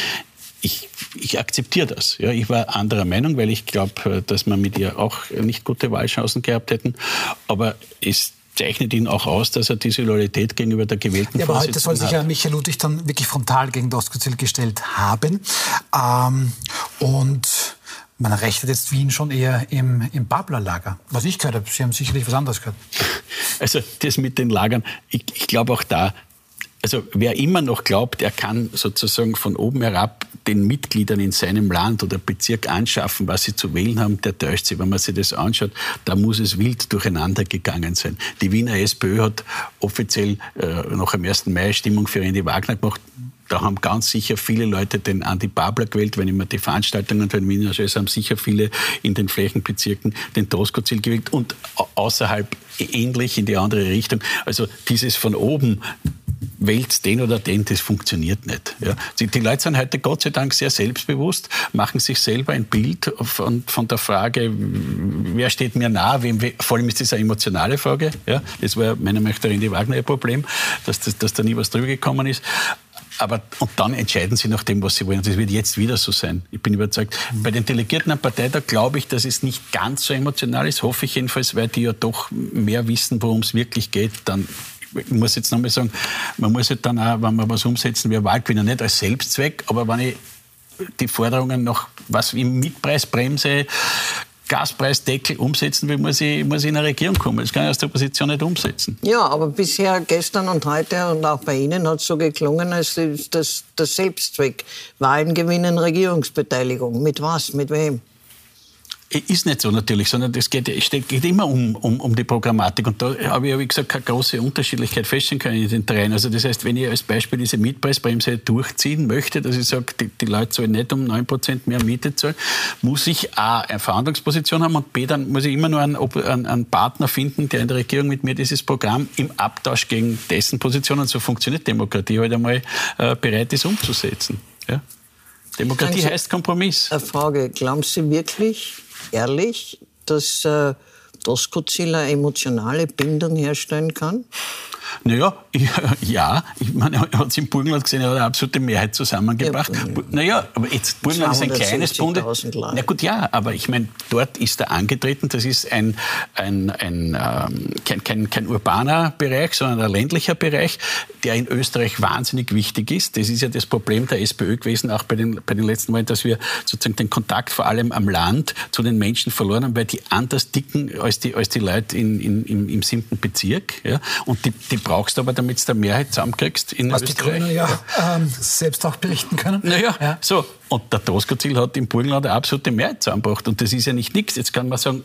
Ich, ich akzeptiere das. Ja, ich war anderer Meinung, weil ich glaube, dass wir mit ihr auch nicht gute Wahlchancen gehabt hätten. Aber es zeichnet ihn auch aus, dass er diese Loyalität gegenüber der gewählten ja, aber heute soll sich hat. ja Michael Ludwig dann wirklich frontal gegen Doskozil gestellt haben. Ähm, und man rechnet jetzt Wien schon eher im, im Babler-Lager. Was ich gehört habe, Sie haben sicherlich was anderes gehört. Also das mit den Lagern, ich, ich glaube auch da, also wer immer noch glaubt, er kann sozusagen von oben herab den Mitgliedern in seinem Land oder Bezirk anschaffen, was sie zu wählen haben, der täuscht sich. Wenn man sich das anschaut, da muss es wild durcheinander gegangen sein. Die Wiener SPÖ hat offiziell äh, noch am ersten Mai Stimmung für Rendi Wagner gemacht. Da haben ganz sicher viele Leute den Andi Babler gewählt, wenn ich mir die Veranstaltungen von Wiener anschaue, haben sicher viele in den Flächenbezirken den Doskozil gewählt und außerhalb ähnlich in die andere Richtung. Also dieses von oben wählt den oder den, das funktioniert nicht. Ja. Die, die Leute sind heute Gott sei Dank sehr selbstbewusst, machen sich selber ein Bild von, von der Frage, wer steht mir nah, wem, vor allem ist das eine emotionale Frage. Ja. Das war meiner Meinung nach Rendi Wagner ein Problem, dass, das, dass da nie was drüber gekommen ist. Aber, und dann entscheiden sie nach dem, was sie wollen. Das wird jetzt wieder so sein. Ich bin überzeugt. Mhm. Bei den Delegierten am Parteitag glaube ich, dass es nicht ganz so emotional ist. Hoffe ich jedenfalls, weil die ja doch mehr wissen, worum es wirklich geht. Dann, ich muss jetzt nochmal sagen, man muss halt dann auch, wenn man was umsetzen will, Wahlgewinner nicht als Selbstzweck, aber wenn ich die Forderungen nach, was wie Mietpreisbremse, Gaspreisdeckel umsetzen will, muss ich, muss ich in eine Regierung kommen. Das kann ich aus der Opposition nicht umsetzen. Ja, aber bisher, gestern und heute und auch bei Ihnen hat es so geklungen, als das, das Selbstzweck. Wahlen gewinnen, Regierungsbeteiligung. Mit was? Mit wem? Ist nicht so natürlich, sondern es geht, es geht immer um, um, um die Programmatik. Und da habe ich ja, wie gesagt, keine große Unterschiedlichkeit feststellen können in den dreien. Also das heißt, wenn ich als Beispiel diese Mietpreisbremse durchziehen möchte, dass ich sage, die, die Leute sollen nicht um neun Prozent mehr Miete zahlen, muss ich A, eine Verhandlungsposition haben und B, dann muss ich immer nur einen, einen, einen Partner finden, der in der Regierung mit mir dieses Programm im Abtausch gegen dessen Positionen, so funktioniert Demokratie, halt einmal äh, bereit ist umzusetzen. Ja? Demokratie Sie, heißt Kompromiss. Eine Frage, glauben Sie wirklich, ehrlich, dass äh, Doskozil eine emotionale Bindung herstellen kann? Naja, ja, ich meine, er hat es im Burgenland gesehen, er hat eine absolute Mehrheit zusammengebracht. Ja, naja, aber jetzt, Burgenland ist ein kleines Bunde. Na gut, ja, aber ich meine, dort ist er angetreten, das ist ein, ein, ein ähm, kein, kein, kein urbaner Bereich, sondern ein ländlicher Bereich, der in Österreich wahnsinnig wichtig ist. Das ist ja das Problem der SPÖ gewesen, auch bei den, bei den letzten Wahlen, dass wir sozusagen den Kontakt vor allem am Land zu den Menschen verloren haben, weil die anders dicken als die, als die Leute in, in, im, im siebten Bezirk. Ja? Und die, die brauchst du aber, damit du eine Mehrheit zusammenkriegst in was Österreich. Was die Grünen ja, ja. Ähm, selbst auch berichten können. Naja, ja. so. Und der Doskozil hat im Burgenland eine absolute Mehrheit zusammengebracht. Und das ist ja nicht nichts. Jetzt kann man sagen,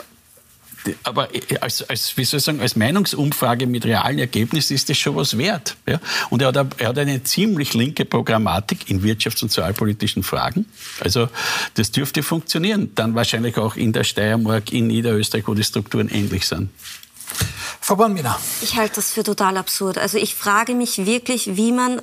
aber als, als, wie soll ich sagen, als Meinungsumfrage mit realen Ergebnissen ist das schon was wert. Ja? Und er hat, er hat eine ziemlich linke Programmatik in wirtschafts- und sozialpolitischen Fragen. Also das dürfte funktionieren. Dann wahrscheinlich auch in der Steiermark, in Niederösterreich, wo die Strukturen ähnlich sind. Frau Bornminer. Ich halte das für total absurd. Also ich frage mich wirklich, wie man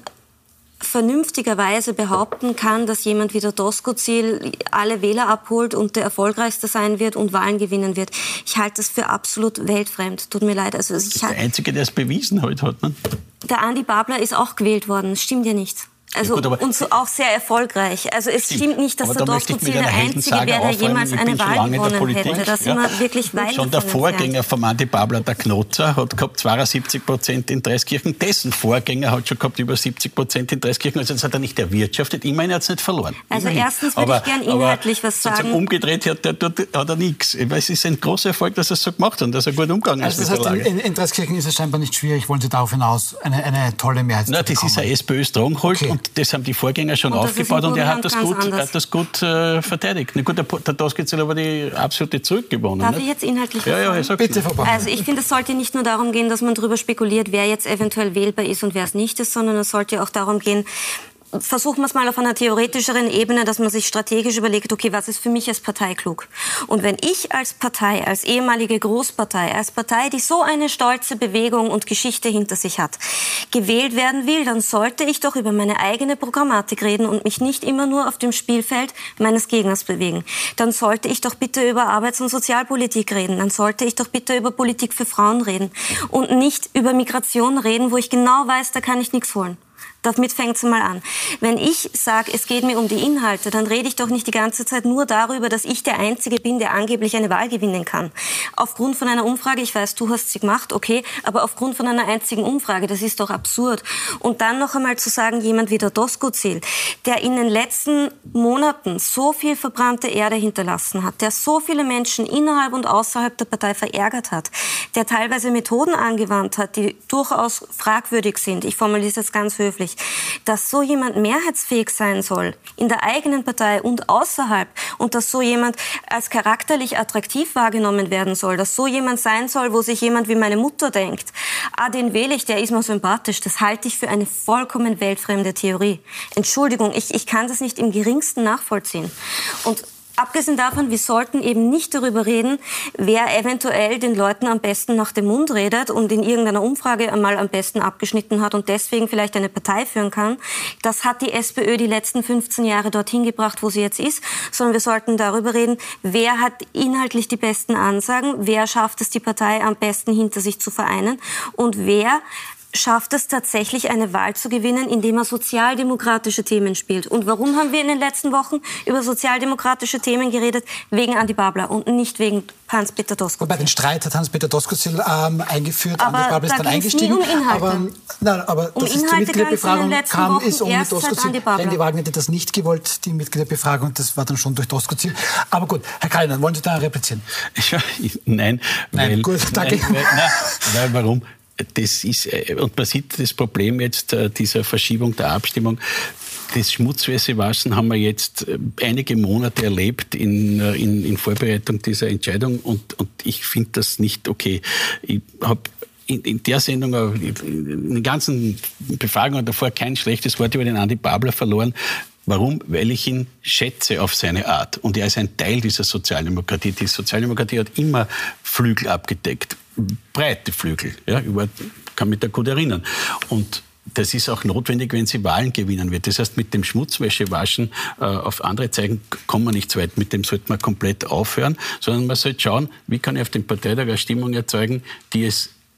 vernünftigerweise behaupten kann, dass jemand wie der Doskozil alle Wähler abholt und der Erfolgreichste sein wird und Wahlen gewinnen wird. Ich halte das für absolut weltfremd. Tut mir leid. Also ich das ist der Einzige, der es bewiesen heute hat. Ne? Der Andi Babler ist auch gewählt worden. Das stimmt ja nicht. Also, ja gut, und so auch sehr erfolgreich. Also es stimmt, stimmt nicht, dass der Doskozil der Einzige wäre, der jemals eine Wahl gewonnen hätte. Da sind wir wirklich weit Schon der Vorgänger von Andi Babler, der Knotzer, hat gehabt zweiundsiebzig Prozent in Dreiskirchen. Dessen Vorgänger hat schon gehabt über siebzig Prozent in Dreiskirchen. Also das hat er nicht erwirtschaftet. Immerhin hat er es nicht verloren. Also Immerhin. erstens würde ich gerne inhaltlich was sagen. Umgedreht hat er, hat er nichts. Es ist ein großer Erfolg, dass er es so gemacht hat und dass er gut umgegangen also ist. Das heißt, in, in Dreiskirchen ist es scheinbar nicht schwierig. Wollen Sie darauf hinaus eine, eine tolle Mehrheit Na, das ist ein SPÖ-Stronghold okay. Und das haben die Vorgänger schon aufgebaut und er hat das gut, hat das gut äh, verteidigt. Na gut, der, der Doskozil aber die absolute zurückgewonnen. Darf nicht? ich jetzt inhaltlich ja, ja, was sagen? Bitte, Frau Also ich finde, es sollte nicht nur darum gehen, dass man darüber spekuliert, wer jetzt eventuell wählbar ist und wer es nicht ist, sondern es sollte auch darum gehen, versuchen wir es mal auf einer theoretischeren Ebene, dass man sich strategisch überlegt, okay, was ist für mich als Partei klug? Und wenn ich als Partei, als ehemalige Großpartei, als Partei, die so eine stolze Bewegung und Geschichte hinter sich hat, gewählt werden will, dann sollte ich doch über meine eigene Programmatik reden und mich nicht immer nur auf dem Spielfeld meines Gegners bewegen. Dann sollte ich doch bitte über Arbeits- und Sozialpolitik reden. Dann sollte ich doch bitte über Politik für Frauen reden und nicht über Migration reden, wo ich genau weiß, da kann ich nichts holen. Damit fängt es mal an. Wenn ich sage, es geht mir um die Inhalte, dann rede ich doch nicht die ganze Zeit nur darüber, dass ich der Einzige bin, der angeblich eine Wahl gewinnen kann. Aufgrund von einer Umfrage, ich weiß, du hast sie gemacht, okay, aber aufgrund von einer einzigen Umfrage, das ist doch absurd. Und dann noch einmal zu sagen, jemand wie der Doskozil, der in den letzten Monaten so viel verbrannte Erde hinterlassen hat, der so viele Menschen innerhalb und außerhalb der Partei verärgert hat, der teilweise Methoden angewandt hat, die durchaus fragwürdig sind, ich formuliere es jetzt ganz höflich, dass so jemand mehrheitsfähig sein soll in der eigenen Partei und außerhalb und dass so jemand als charakterlich attraktiv wahrgenommen werden soll, dass so jemand sein soll, wo sich jemand wie meine Mutter denkt, ah, den wähle ich, der ist mir sympathisch, das halte ich für eine vollkommen weltfremde Theorie. Entschuldigung, ich, ich kann das nicht im geringsten nachvollziehen. Und abgesehen davon, wir sollten eben nicht darüber reden, wer eventuell den Leuten am besten nach dem Mund redet und in irgendeiner Umfrage einmal am besten abgeschnitten hat und deswegen vielleicht eine Partei führen kann. Das hat die SPÖ die letzten fünfzehn Jahre dorthin gebracht, wo sie jetzt ist. Sondern wir sollten darüber reden, wer hat inhaltlich die besten Ansagen, wer schafft es, die Partei am besten hinter sich zu vereinen und wer schafft es tatsächlich, eine Wahl zu gewinnen, indem er sozialdemokratische Themen spielt. Und warum haben wir in den letzten Wochen über sozialdemokratische Themen geredet? Wegen Andi Babler und nicht wegen Hans-Peter Doskozil. Wobei den Streit hat Hans-Peter Doskozil ähm, eingeführt, aber Andi Babler ist dann eingestiegen. Nie um Inhalte. Aber, nein, aber um dass es zur Mitgliederbefragung kam, ist ohne Doskozil. Randy Wagner hätte das nicht gewollt, die Mitgliederbefragung, das war dann schon durch Doskozil. Aber gut, Herr Kallner, wollen Sie da replizieren? Ja, nein. Nein, weil, gut, danke. Nein, weil, nein, weil warum? Das ist, und man sieht das Problem jetzt dieser Verschiebung der Abstimmung. Das schmutzweiße Waschen haben wir jetzt einige Monate erlebt in, in, in Vorbereitung dieser Entscheidung und, und ich finde das nicht okay. Ich habe in, in der Sendung, in den ganzen Befragungen davor kein schlechtes Wort über den Andi Babler verloren. Warum? Weil ich ihn schätze auf seine Art. Und er ist ein Teil dieser Sozialdemokratie. Die Sozialdemokratie hat immer Flügel abgedeckt. Breite Flügel. Ja, ich kann mich da gut erinnern. Und das ist auch notwendig, wenn sie Wahlen gewinnen wird. Das heißt, mit dem Schmutzwäschewaschen äh, auf andere Zeichen kommen wir nicht so weit. Mit dem sollte man komplett aufhören, sondern man sollte schauen, wie kann ich auf dem Parteitag eine Stimmung erzeugen, die es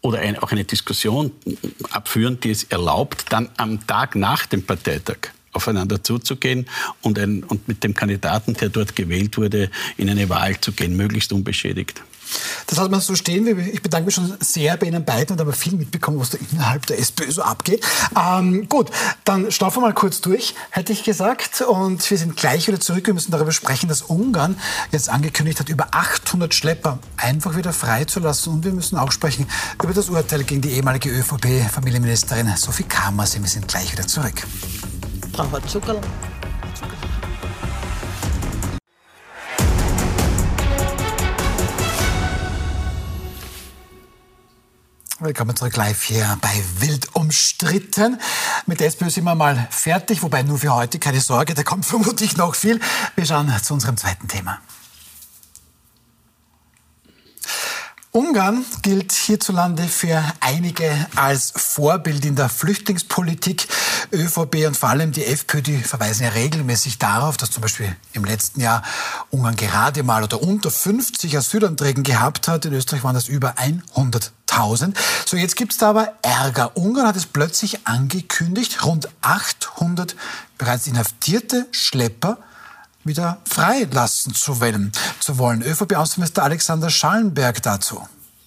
oder eine, auch eine Diskussion abführen, die es erlaubt, dann am Tag nach dem Parteitag aufeinander zuzugehen und, ein, und mit dem Kandidaten, der dort gewählt wurde, in eine Wahl zu gehen, möglichst unbeschädigt. Das hat man so stehen. Ich bedanke mich schon sehr bei Ihnen beiden und habe viel mitbekommen, was da innerhalb der SPÖ so abgeht. Ähm, gut, dann staufen wir mal kurz durch, hätte ich gesagt. Und wir sind gleich wieder zurück. Wir müssen darüber sprechen, dass Ungarn jetzt angekündigt hat, über achthundert Schlepper einfach wieder freizulassen. Und wir müssen auch sprechen über das Urteil gegen die ehemalige ÖVP-Familienministerin Sophie Kammerse. Wir sind gleich wieder zurück. Braucht er Zuckerl? Willkommen zurück live hier bei Wild umstritten. Mit der SPÖ sind wir mal fertig, wobei nur für heute, keine Sorge, da kommt vermutlich noch viel. Wir schauen zu unserem zweiten Thema. Ungarn gilt hierzulande für einige als Vorbild in der Flüchtlingspolitik. ÖVP und vor allem die FPÖ, die verweisen ja regelmäßig darauf, dass zum Beispiel im letzten Jahr Ungarn gerade mal oder unter fünfzig Asylanträgen gehabt hat. In Österreich waren das über hunderttausend. So, jetzt gibt es da aber Ärger. Ungarn hat es plötzlich angekündigt, rund achthundert bereits inhaftierte Schlepper wieder freilassen zu wollen. Zu wollen. ÖVP-Außenminister Alexander Schallenberg dazu.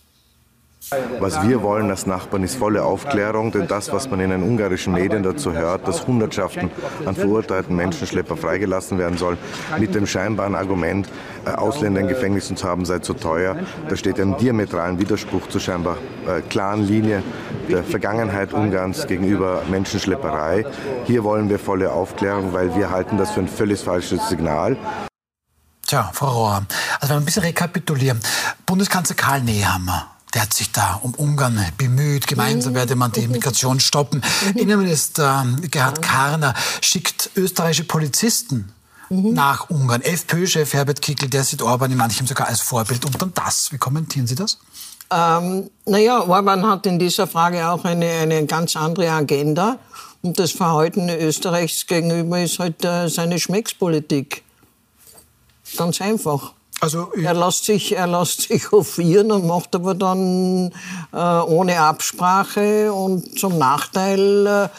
Was wir wollen als Nachbarn ist volle Aufklärung, denn das, was man in den ungarischen Medien dazu hört, dass Hundertschaften an verurteilten Menschenschlepper freigelassen werden sollen, mit dem scheinbaren Argument, äh, Ausländer in Gefängnissen zu haben, sei zu teuer, da steht ein diametralen Widerspruch zur scheinbar äh, klaren Linie der Vergangenheit Ungarns gegenüber Menschenschlepperei. Hier wollen wir volle Aufklärung, weil wir halten das für ein völlig falsches Signal. Tja, Frau Rohr, also wenn wir ein bisschen rekapitulieren. Bundeskanzler Karl Nehammer, der hat sich da um Ungarn bemüht. Gemeinsam werde man die Migration stoppen. Innenminister Gerhard Karner schickt österreichische Polizisten nach Ungarn. FPÖ-Chef Herbert Kickl, der sieht Orban in manchem sogar als Vorbild. Und dann das. Wie kommentieren Sie das? Ähm, naja, Orban hat in dieser Frage auch eine, eine ganz andere Agenda. Und das Verhalten Österreichs gegenüber ist halt äh, seine Schmeckspolitik. Ganz einfach. Also, er lässt sich, er lässt sich hofieren und macht aber dann äh, ohne Absprache und zum Nachteil äh,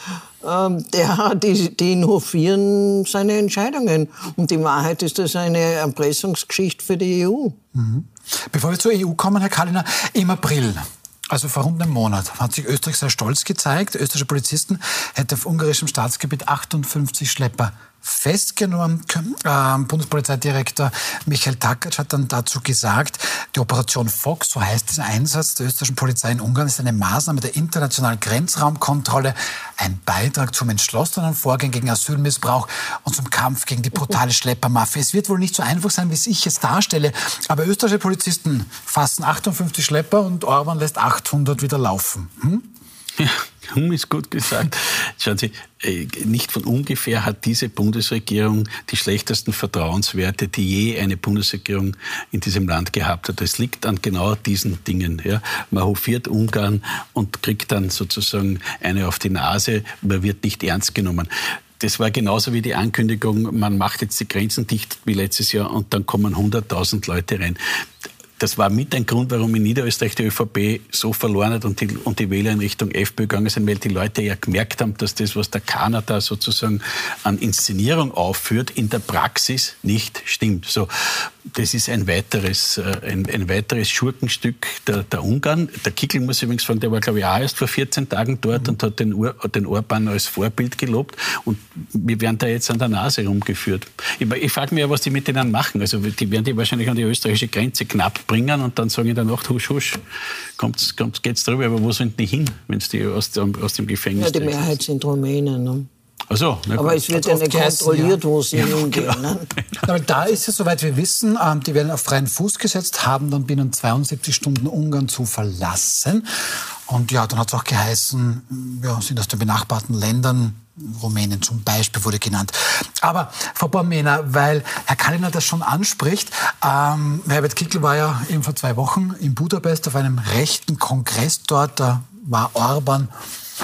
der, die, die ihn hofieren, seine Entscheidungen. Und in Wahrheit ist das eine Erpressungsgeschichte für die E U. Mhm. Bevor wir zur E U kommen, Herr Kalliner, im April, also vor rund einem Monat, hat sich Österreich sehr stolz gezeigt. Österreichische Polizisten hätten auf ungarischem Staatsgebiet achtundfünfzig Schlepper festgenommen. Ähm, Bundespolizeidirektor Michael Takacs hat dann dazu gesagt, die Operation Fox, so heißt dieser Einsatz der österreichischen Polizei in Ungarn, ist eine Maßnahme der internationalen Grenzraumkontrolle, ein Beitrag zum entschlossenen Vorgehen gegen Asylmissbrauch und zum Kampf gegen die brutale Schleppermafia. Es wird wohl nicht so einfach sein, wie es ich es darstelle, aber österreichische Polizisten fassen achtundfünfzig Schlepper und Orban lässt achthundert wieder laufen. Hm? Ja, Hum ist gut gesagt. Schauen Sie, nicht von ungefähr hat diese Bundesregierung die schlechtesten Vertrauenswerte, die je eine Bundesregierung in diesem Land gehabt hat. Es liegt an genau diesen Dingen. Ja. Man hofiert Ungarn und kriegt dann sozusagen eine auf die Nase. Man wird nicht ernst genommen. Das war genauso wie die Ankündigung, man macht jetzt die Grenzen dicht wie letztes Jahr und dann kommen hunderttausend Leute rein. Das war mit ein Grund, warum in Niederösterreich die ÖVP so verloren hat und die, und die Wähler in Richtung FPÖ gegangen sind, weil die Leute ja gemerkt haben, dass das, was der Karner da sozusagen an Inszenierung aufführt, in der Praxis nicht stimmt. So, das ist ein weiteres, ein, ein weiteres Schurkenstück der, der Ungarn. Der Kickl muss übrigens sagen, der war, glaube ich, auch erst vor vierzehn Tagen dort mhm. und hat den, Ur, den Orban als Vorbild gelobt. Und wir werden da jetzt an der Nase rumgeführt. Ich, ich frage mich ja, was die mit denen machen. Also die werden die wahrscheinlich an die österreichische Grenze knapp bringen und dann sagen in der Nacht, husch, husch, kommt's, kommt's, geht's drüber. Aber wo sind die hin, wenn es die aus dem, aus dem Gefängnis Ja, die Mehrheit sind Rumänen. Ne? Ach so, na gut. Aber es wird ja nicht kontrolliert, wo sie ja, hingehen. Ne? Aber da ist es, soweit wir wissen, die werden auf freien Fuß gesetzt, haben dann binnen zweiundsiebzig Stunden Ungarn zu verlassen. Und ja, dann hat es auch geheißen, ja, sind aus den benachbarten Ländern, Rumänien zum Beispiel wurde genannt. Aber Frau Bormena, weil Herr Kalliner das schon anspricht, ähm, Herbert Kickl war ja eben vor zwei Wochen in Budapest auf einem rechten Kongress dort, da war Orban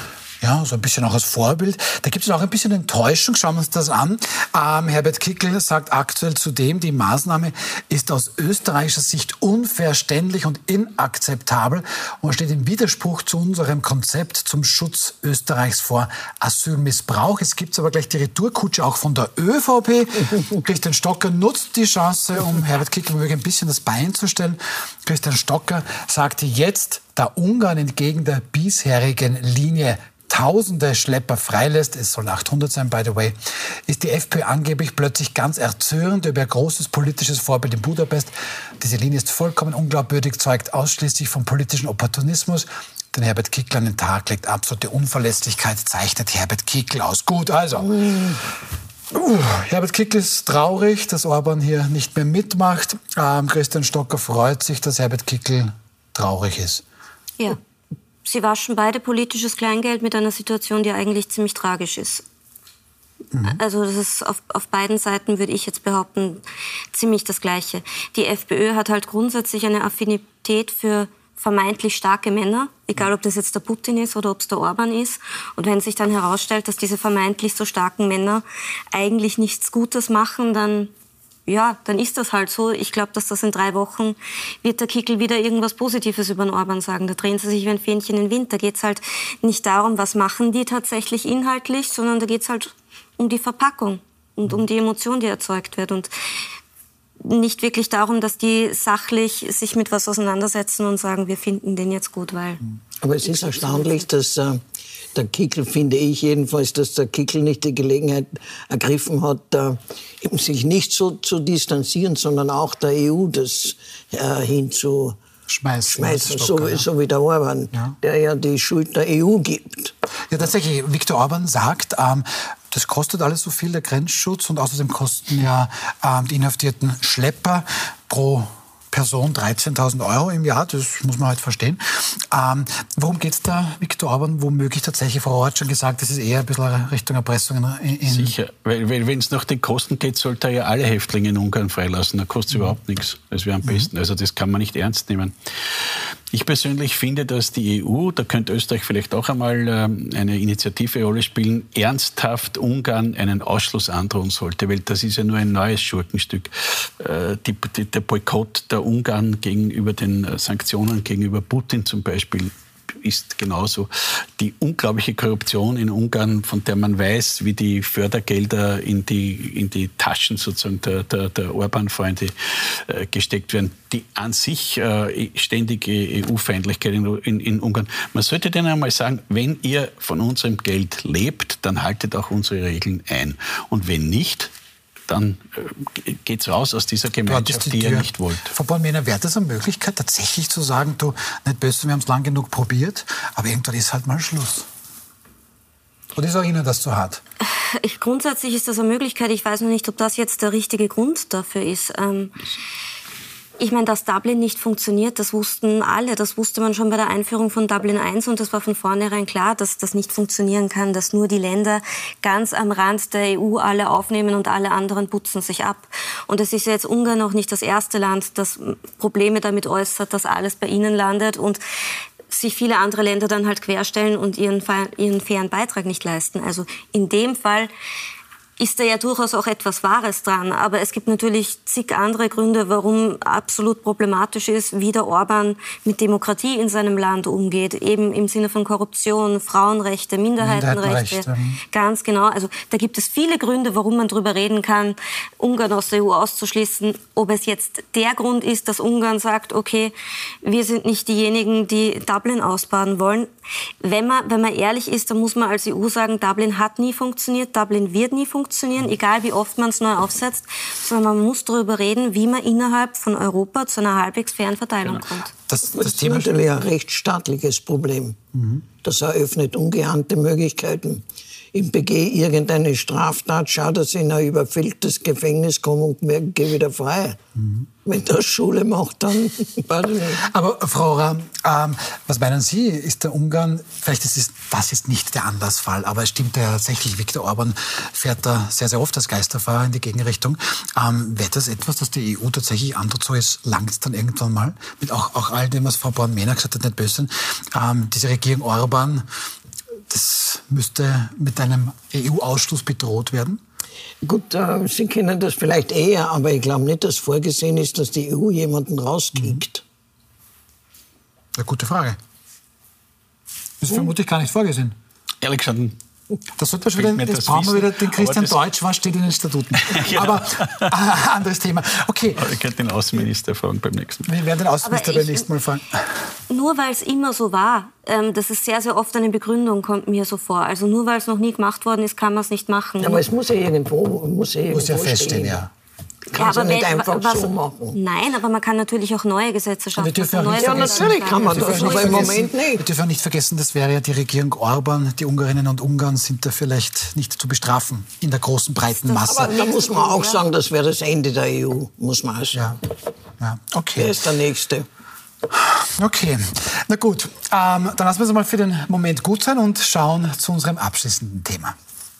Ja, so ein bisschen auch als Vorbild. Da gibt es auch ein bisschen Enttäuschung. Schauen wir uns das an. Ähm, Herbert Kickl sagt aktuell zudem, die Maßnahme ist aus österreichischer Sicht unverständlich und inakzeptabel und steht im Widerspruch zu unserem Konzept zum Schutz Österreichs vor Asylmissbrauch. Es gibt aber gleich die Retourkutsche auch von der ÖVP. Christian Stocker nutzt die Chance, um Herbert Kickl ein bisschen das Bein zu stellen. Christian Stocker sagte jetzt, da Ungarn entgegen der bisherigen Linie Tausende Schlepper freilässt, es sollen achthundert sein, by the way, ist die FPÖ angeblich plötzlich ganz erzürnt über ihr großes politisches Vorbild in Budapest. Diese Linie ist vollkommen unglaubwürdig, zeugt ausschließlich vom politischen Opportunismus, den Herbert Kickl an den Tag legt. Absolute Unverlässlichkeit zeichnet Herbert Kickl aus. Gut, also. Mm. Uh, Herbert Kickl ist traurig, dass Orban hier nicht mehr mitmacht. Ähm, Christian Stocker freut sich, dass Herbert Kickl traurig ist. Ja. Sie waschen beide politisches Kleingeld mit einer Situation, die eigentlich ziemlich tragisch ist. Mhm. Also das ist auf, auf beiden Seiten, würde ich jetzt behaupten, ziemlich das Gleiche. Die FPÖ hat halt grundsätzlich eine Affinität für vermeintlich starke Männer, egal ob das jetzt der Putin ist oder ob es der Orban ist. Und wenn sich dann herausstellt, dass diese vermeintlich so starken Männer eigentlich nichts Gutes machen, dann... Ja, dann ist das halt so. Ich glaube, dass das in drei Wochen wird der Kickl wieder irgendwas Positives über den Orban sagen. Da drehen sie sich wie ein Fähnchen in den Wind. Da geht es halt nicht darum, was machen die tatsächlich inhaltlich, sondern da geht es halt um die Verpackung und um die Emotion, die erzeugt wird. Und nicht wirklich darum, dass die sachlich sich mit was auseinandersetzen und sagen, wir finden den jetzt gut, weil... Aber es ist erstaunlich, dass äh, der Kickl, finde ich jedenfalls, dass der Kickl nicht die Gelegenheit ergriffen hat, äh, eben sich nicht so zu distanzieren, sondern auch der E U das äh, hinzu... Schmeißen, Schmeißen so, ja. so wie der Orban, ja. der ja die Schuld der E U gibt. Ja, tatsächlich. Viktor Orban sagt, ähm, das kostet alles so viel, der Grenzschutz, und außerdem kosten ja ähm, die inhaftierten Schlepper pro Person dreizehntausend Euro im Jahr, das muss man halt verstehen. Ähm, worum geht es da, Viktor Orban? Womöglich tatsächlich, Frau Rohr hat schon gesagt, das ist eher ein bisschen Richtung Erpressung. In, in Sicher, weil, weil wenn es nach den Kosten geht, sollte er ja alle Häftlinge in Ungarn freilassen. Da kostet es mhm. überhaupt nichts. Das wäre am besten. Also das kann man nicht ernst nehmen. Ich persönlich finde, dass die E U, da könnte Österreich vielleicht auch einmal ähm, eine Initiative-Rolle spielen, ernsthaft Ungarn einen Ausschluss androhen sollte, weil das ist ja nur ein neues Schurkenstück. Äh, die, die, der Boykott der Ungarn gegenüber den äh, Sanktionen gegenüber Putin zum Beispiel ist genauso. Die unglaubliche Korruption in Ungarn, von der man weiß, wie die Fördergelder in die, in die Taschen sozusagen der, der, der Orban-Freunde äh, gesteckt werden, die an sich äh, ständige E U-Feindlichkeit in, in, in Ungarn. Man sollte denen einmal sagen, wenn ihr von unserem Geld lebt, dann haltet auch unsere Regeln ein. Und wenn nicht, dann äh, geht's raus aus dieser Gemeinschaft, die, die ihr nicht wollt. Frau Born-Mehner, wäre das eine Möglichkeit, tatsächlich zu sagen, du, nicht böse, wir haben es lang genug probiert, aber irgendwann ist halt mal Schluss? Oder ist auch Ihnen das zu hart? Ich, grundsätzlich ist das eine Möglichkeit. Ich weiß noch nicht, ob das jetzt der richtige Grund dafür ist. Ähm, Ich meine, dass Dublin nicht funktioniert, das wussten alle. Das wusste man schon bei der Einführung von Dublin eins und das war von vornherein klar, dass das nicht funktionieren kann, dass nur die Länder ganz am Rand der E U alle aufnehmen und alle anderen putzen sich ab. Und es ist ja jetzt Ungarn noch nicht das erste Land, das Probleme damit äußert, dass alles bei ihnen landet und sich viele andere Länder dann halt querstellen und ihren, ihren fairen Beitrag nicht leisten. Also in dem Fall ist da ja durchaus auch etwas Wahres dran. Aber es gibt natürlich zig andere Gründe, warum absolut problematisch ist, wie der Orban mit Demokratie in seinem Land umgeht. Eben im Sinne von Korruption, Frauenrechte, Minderheitenrechte. Minderheitenrechte. Ganz genau. Also da gibt es viele Gründe, warum man darüber reden kann, Ungarn aus der E U auszuschließen. Ob es jetzt der Grund ist, dass Ungarn sagt, okay, wir sind nicht diejenigen, die Dublin ausbaden wollen. Wenn man, wenn man ehrlich ist, dann muss man als E U sagen, Dublin hat nie funktioniert, Dublin wird nie funktionieren, egal wie oft man es neu aufsetzt, sondern man muss darüber reden, wie man innerhalb von Europa zu einer halbwegs fairen Verteilung genau. kommt. Das, das, das ist natürlich ein rechtsstaatliches Problem. Mhm. Das eröffnet ungeahnte Möglichkeiten. Ich begehe irgendeine Straftat, schau, dass ich in ein überfülltes Gefängnis komme und gehe wieder frei. Mhm. Wenn das Schule macht, dann... Aber Frau Rohr, ähm, was meinen Sie, ist der Ungarn, vielleicht ist es, das ist nicht der Anlassfall, aber es stimmt ja tatsächlich, Viktor Orban fährt da sehr, sehr oft als Geisterfahrer in die Gegenrichtung. Ähm, wäre das etwas, das die E U tatsächlich androht, so ist, langt es dann irgendwann mal? Mit auch, auch all dem, was Frau Born-Mehner gesagt hat, nicht böse. Ähm, diese Regierung Orban, das... müsste mit einem E U-Ausschluss bedroht werden? Gut, äh, Sie kennen das vielleicht eher, aber ich glaube nicht, dass vorgesehen ist, dass die E U jemanden rauskickt. Eine gute Frage. Das ist hm. vermutlich gar nicht vorgesehen. Ehrlich gesagt, das sollte man schon, jetzt brauchen wir wieder den Christian Deutsch, was steht in den Statuten. Ja. Aber äh, anderes Thema. Okay. Aber ich könnte den Außenminister fragen beim nächsten Mal. Wir werden den Außenminister ich, beim nächsten Mal fragen. Nur weil es immer so war, ähm, das ist sehr, sehr oft eine Begründung, kommt mir so vor. Also nur weil es noch nie gemacht worden ist, kann man es nicht machen. Ja, aber es muss ja irgendwo, muss ja, irgendwo muss ja feststehen, ja. Kann ja, aber nicht wenn, einfach was, so machen. Nein, aber man kann natürlich auch neue Gesetze schaffen. Wir dürfen auch ja, natürlich kann man das, aber im Moment nicht. Wir dürfen auch nicht vergessen, das wäre ja die Regierung Orban. Die Ungarinnen und Ungarn sind da vielleicht nicht zu bestrafen in der großen, breiten Masse. Aber da muss man auch sagen, das wäre das Ende der E U, muss man auch sagen. Ja. Ja. Okay. Wer ist der Nächste? Okay, na gut. Ähm, dann lassen wir es mal für den Moment gut sein und schauen zu unserem abschließenden Thema.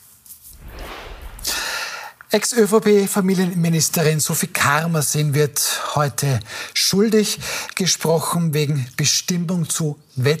Ex-Ö V P-Familienministerin Sophie Karmasin wird heute schuldig gesprochen wegen Bestimmung zu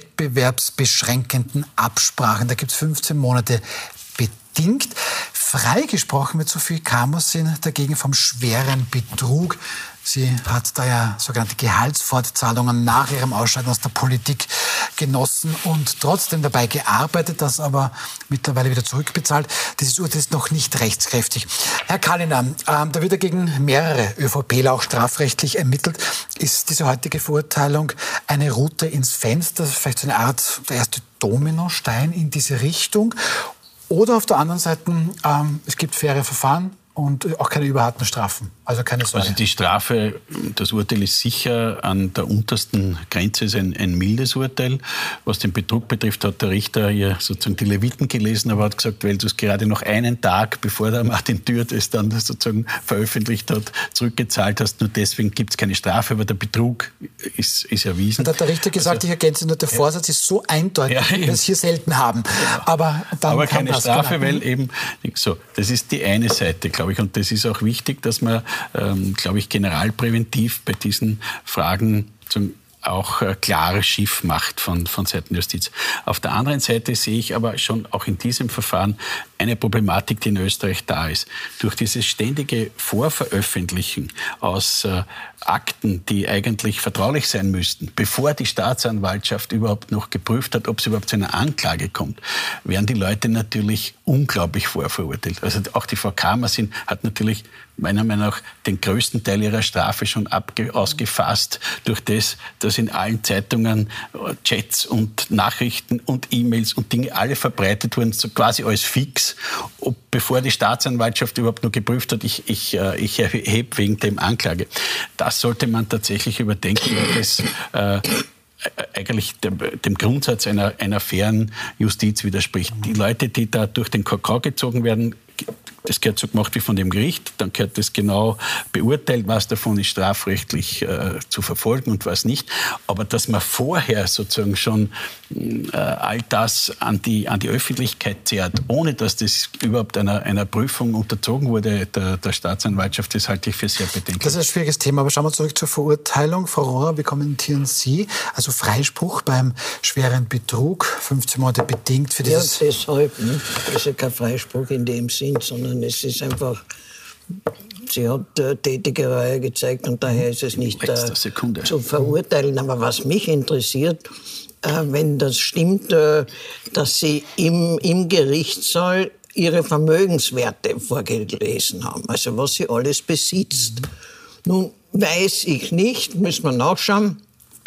wettbewerbsbeschränkenden Absprachen. Da gibt es fünfzehn Monate bedingt. Freigesprochen wird Sophie Karmasin dagegen vom schweren Betrug. Sie hat da ja sogenannte Gehaltsfortzahlungen nach ihrem Ausscheiden aus der Politik genossen und trotzdem dabei gearbeitet, das aber mittlerweile wieder zurückbezahlt. Dieses Urteil ist noch nicht rechtskräftig. Herr Kalliner, ähm, da wird ja gegen mehrere ÖVPler auch strafrechtlich ermittelt. Ist diese heutige Verurteilung eine Route ins Fenster, vielleicht so eine Art der erste Dominostein in diese Richtung? Oder auf der anderen Seite, ähm, es gibt faire Verfahren und auch keine überharten Strafen. Also keine Sorge. Also die Strafe, das Urteil ist sicher an der untersten Grenze, ist ein, ein mildes Urteil. Was den Betrug betrifft, hat der Richter hier sozusagen die Leviten gelesen, aber hat gesagt, weil du es gerade noch einen Tag, bevor der Martin Türt es dann sozusagen veröffentlicht hat, zurückgezahlt hast, nur deswegen gibt es keine Strafe, aber der Betrug ist, ist erwiesen. Und hat der Richter gesagt, also, ich ergänze nur, der ja. Vorsatz ist so eindeutig, ja, wie wir es hier selten haben. Ja. Aber dann aber keine das Strafe, genau. weil eben, so, das ist die eine Seite, glaube ich, und das ist auch wichtig, dass man, ähm, glaube ich, generalpräventiv bei diesen Fragen zum auch äh, klares Schiff macht von, von Seiten der Justiz. Auf der anderen Seite sehe ich aber schon auch in diesem Verfahren eine Problematik, die in Österreich da ist. Durch dieses ständige Vorveröffentlichen aus äh, Akten, die eigentlich vertraulich sein müssten, bevor die Staatsanwaltschaft überhaupt noch geprüft hat, ob es überhaupt zu einer Anklage kommt, werden die Leute natürlich unglaublich vorverurteilt. Also auch die Frau Karmasin hat natürlich meiner Meinung nach den größten Teil ihrer Strafe schon abge- ausgefasst durch das, dass in allen Zeitungen Chats und Nachrichten und E-Mails und Dinge alle verbreitet wurden, so quasi als fix, ob, bevor die Staatsanwaltschaft überhaupt noch geprüft hat, ich, ich, ich erhebe wegen dem Anklage. Das sollte man tatsächlich überdenken, weil das äh, eigentlich dem, dem Grundsatz einer, einer fairen Justiz widerspricht. Die Leute, die da durch den Kakao gezogen werden, das gehört so gemacht wie von dem Gericht, dann gehört das genau beurteilt, was davon ist strafrechtlich äh, zu verfolgen und was nicht. Aber dass man vorher sozusagen schon äh, all das an die, an die Öffentlichkeit zehrt, ohne dass das überhaupt einer, einer Prüfung unterzogen wurde der, der Staatsanwaltschaft, das halte ich für sehr bedenklich. Das ist ein schwieriges Thema, aber schauen wir zurück zur Verurteilung. Frau Rohrer, wie kommentieren Sie? Also Freispruch beim schweren Betrug, fünfzehn Monate bedingt für dieses... Ja, deshalb. Ne? Das ist ja kein Freispruch in dem Sinn, sondern es ist einfach, sie hat äh, tätige Reue gezeigt und daher ist es nicht äh, zu verurteilen. Aber was mich interessiert, äh, wenn das stimmt, äh, dass sie im, im Gerichtssaal ihre Vermögenswerte vorgelesen haben, also was sie alles besitzt. Nun weiß ich nicht, müssen wir nachschauen,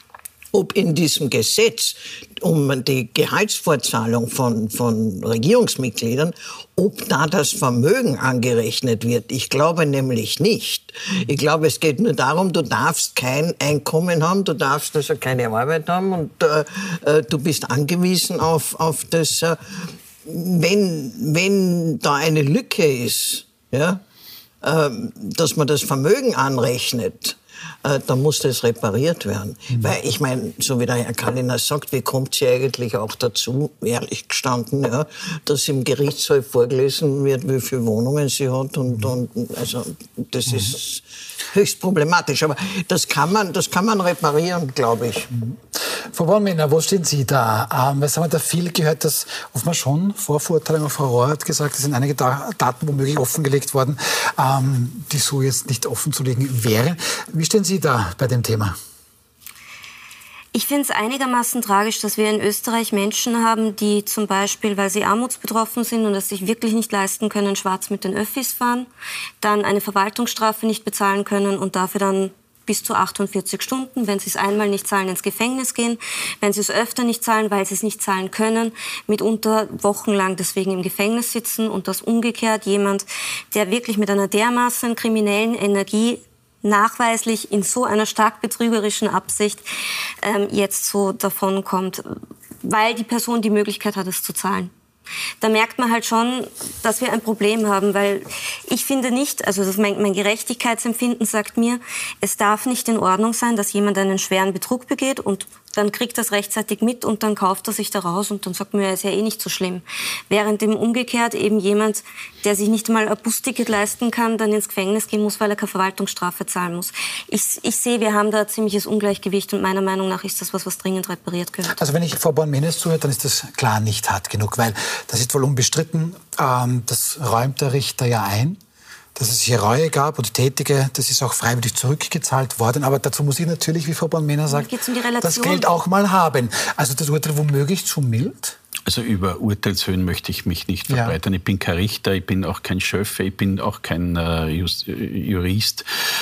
ob in diesem Gesetz um die Gehaltsvorzahlung von, von Regierungsmitgliedern, ob da das Vermögen angerechnet wird. Ich glaube nämlich nicht. Ich glaube, es geht nur darum, du darfst kein Einkommen haben, du darfst also keine Arbeit haben und äh, du bist angewiesen auf, auf das, äh, wenn, wenn da eine Lücke ist, ja, äh, dass man das Vermögen anrechnet, Äh, dann muss das repariert werden. Mhm. Weil ich meine, so wie der Herr Kalliner sagt, wie kommt sie eigentlich auch dazu, ehrlich gestanden, ja, dass im Gerichtssaal vorgelesen wird, wie viele Wohnungen sie hat und, und also das mhm. ist höchst problematisch. Aber das kann man, das kann man reparieren, glaube ich. Mhm. Frau Bornmänner, wo stehen Sie da? Ähm, was haben wir da viel gehört, dass offenbar schon Vorverurteilung. Frau Rohr hat gesagt, es sind einige da Daten womöglich offengelegt worden, ähm, die so jetzt nicht offen zu legen wären. Wie stehen Sie da bei dem Thema? Ich finde es einigermaßen tragisch, dass wir in Österreich Menschen haben, die zum Beispiel, weil sie armutsbetroffen sind und es sich wirklich nicht leisten können, schwarz mit den Öffis fahren, dann eine Verwaltungsstrafe nicht bezahlen können und dafür dann bis zu achtundvierzig Stunden, wenn sie es einmal nicht zahlen, ins Gefängnis gehen, wenn sie es öfter nicht zahlen, weil sie es nicht zahlen können, mitunter wochenlang deswegen im Gefängnis sitzen und das umgekehrt jemand, der wirklich mit einer dermaßen kriminellen Energie nachweislich in so einer stark betrügerischen Absicht ähm, jetzt so davonkommt, weil die Person die Möglichkeit hat, es zu zahlen. Da merkt man halt schon, dass wir ein Problem haben, weil ich finde nicht, also das mein, mein Gerechtigkeitsempfinden sagt mir, es darf nicht in Ordnung sein, dass jemand einen schweren Betrug begeht und dann kriegt das rechtzeitig mit und dann kauft er sich da raus und dann sagt man, ja, ist ja eh nicht so schlimm. Während dem umgekehrt eben jemand, der sich nicht mal ein Busticket leisten kann, dann ins Gefängnis gehen muss, weil er keine Verwaltungsstrafe zahlen muss. Ich, ich sehe, wir haben da ein ziemliches Ungleichgewicht und meiner Meinung nach ist das was, was dringend repariert gehört. Also wenn ich Frau Bornmänner zuhöre, dann ist das klar nicht hart genug, weil das ist wohl unbestritten, ähm, das räumt der Richter ja ein, dass es hier Reue gab und Tätige, das ist auch freiwillig zurückgezahlt worden. Aber dazu muss ich natürlich, wie Frau Bornmänner sagt, um das Geld auch mal haben. Also das Urteil womöglich zu mild? Also über Urteilshöhen möchte ich mich nicht verbreitern. Ja. Ich bin kein Richter, ich bin auch kein Schöffe, ich bin auch kein äh, Just, äh, Jurist.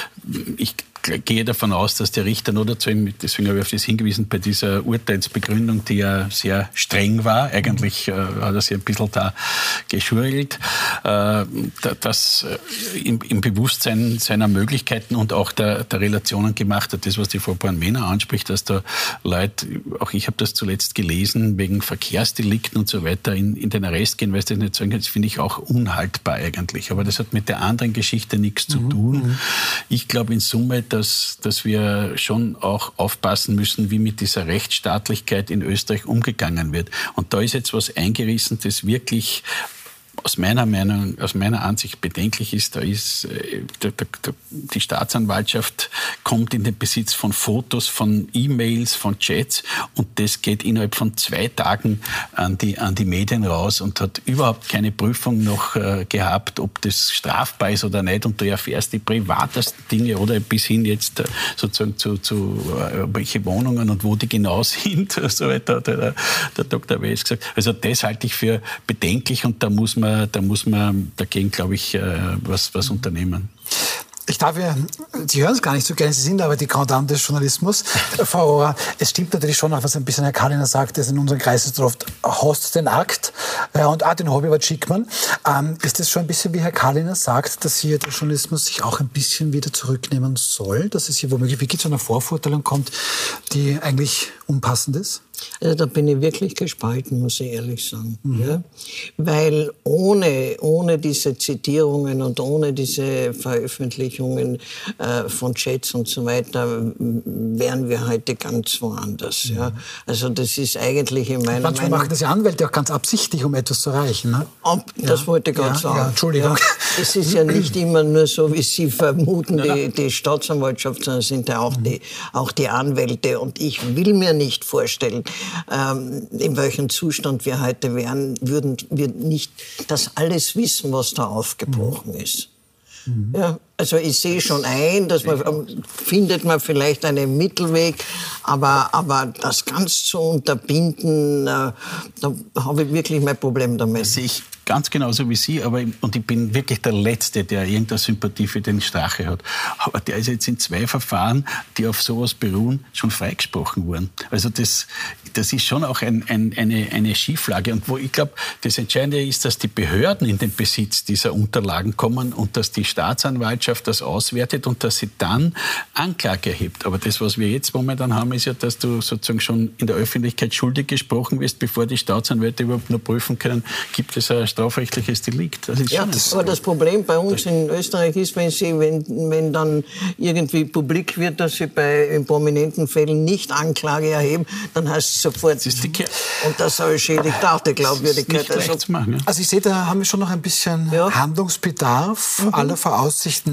Ich gehe davon aus, dass der Richter nur dazu, deswegen habe ich auf das hingewiesen, bei dieser Urteilsbegründung, die ja sehr streng war, eigentlich äh, hat er sich ein bisschen da geschurgelt, äh, das äh, im, im Bewusstsein seiner Möglichkeiten und auch der, der Relationen gemacht hat. Das, was die Frau Bornmänner anspricht, dass da Leute, auch ich habe das zuletzt gelesen, wegen Verkehrsdelikten und so weiter in, in den Arrest gehen, weil sie das nicht sagen können, das finde ich auch unhaltbar eigentlich. Aber das hat mit der anderen Geschichte nichts zu tun. Mhm. Ich glaube in Summe, Dass, dass wir schon auch aufpassen müssen, wie mit dieser Rechtsstaatlichkeit in Österreich umgegangen wird. Und da ist jetzt was eingerissen, das wirklich aus meiner Meinung, aus meiner Ansicht bedenklich ist. Da ist äh, der, der, die Staatsanwaltschaft kommt in den Besitz von Fotos, von E-Mails, von Chats und das geht innerhalb von zwei Tagen an die, an die Medien raus und hat überhaupt keine Prüfung noch äh, gehabt, ob das strafbar ist oder nicht. Und du erfährst die privatesten Dinge oder bis hin jetzt äh, sozusagen zu, zu äh, welche Wohnungen und wo die genau sind. So hat der, der, der Doktor Wes gesagt. Also das halte ich für bedenklich und da muss man Da muss man dagegen, glaube ich, was, was unternehmen. Ich darf ja, Sie hören es gar nicht so gerne, Sie sind aber die Grand Dame des Journalismus. Frau Rohr, es stimmt natürlich schon auch, was ein bisschen Herr Kalliner sagt, dass in unseren Kreisen so oft Host den Akt äh, und auch den Hobby Schickmann. Ähm, ist das schon ein bisschen, wie Herr Kalliner sagt, dass hier der Journalismus sich auch ein bisschen wieder zurücknehmen soll? Dass es hier womöglich wirklich zu einer Vorverurteilung kommt, die eigentlich unpassend ist? Also da bin ich wirklich gespalten, muss ich ehrlich sagen. Mhm. Ja? Weil ohne, ohne diese Zitierungen und ohne diese Veröffentlichungen äh, von Chats und so weiter wären wir heute ganz woanders. Mhm. Ja? Also das ist eigentlich in meiner Manchmal Meinung... machen das ja Anwälte auch ganz absichtlich, um etwas zu erreichen. Ne? Ob, das ja. wollte ich gerade ja, sagen. Ja, Entschuldigung. Ja, es ist ja nicht immer nur so, wie Sie vermuten, die, die Staatsanwaltschaft, sondern sind ja auch, mhm. die, auch die Anwälte. Und ich will mir nicht vorstellen, Ähm, in welchem Zustand wir heute wären, würden wir nicht das alles wissen, was da aufgebrochen mhm. ist. Mhm. Ja, also ich sehe schon ein, dass man ähm, findet man vielleicht einen Mittelweg, aber, aber das ganz zu unterbinden, äh, da habe ich wirklich mein Problem damit. Das sehe ich ganz genauso wie Sie, aber und ich bin wirklich der Letzte, der irgendeine Sympathie für den Strache hat. Aber der ist jetzt in zwei Verfahren, die auf sowas beruhen, schon freigesprochen worden. Also das, das ist schon auch ein, ein, eine, eine Schieflage. Und wo ich glaube, das Entscheidende ist, dass die Behörden in den Besitz dieser Unterlagen kommen und dass die Staatsanwaltschaft das auswertet und dass sie dann Anklage erhebt. Aber das, was wir jetzt momentan haben, ist ja, dass du sozusagen schon in der Öffentlichkeit schuldig gesprochen wirst, bevor die Staatsanwälte überhaupt nur prüfen können, gibt es ein strafrechtliches Delikt. Das ist ja, das aber das Problem bei uns in Österreich ist, wenn, sie, wenn, wenn dann irgendwie publik wird, dass sie bei in prominenten Fällen nicht Anklage erheben, dann heißt es sofort, das ist die und das habe ich schädigt auch die Glaubwürdigkeit. Also, also ich sehe, da haben wir schon noch ein bisschen ja. Handlungsbedarf. Mhm. Aller Voraussicht nach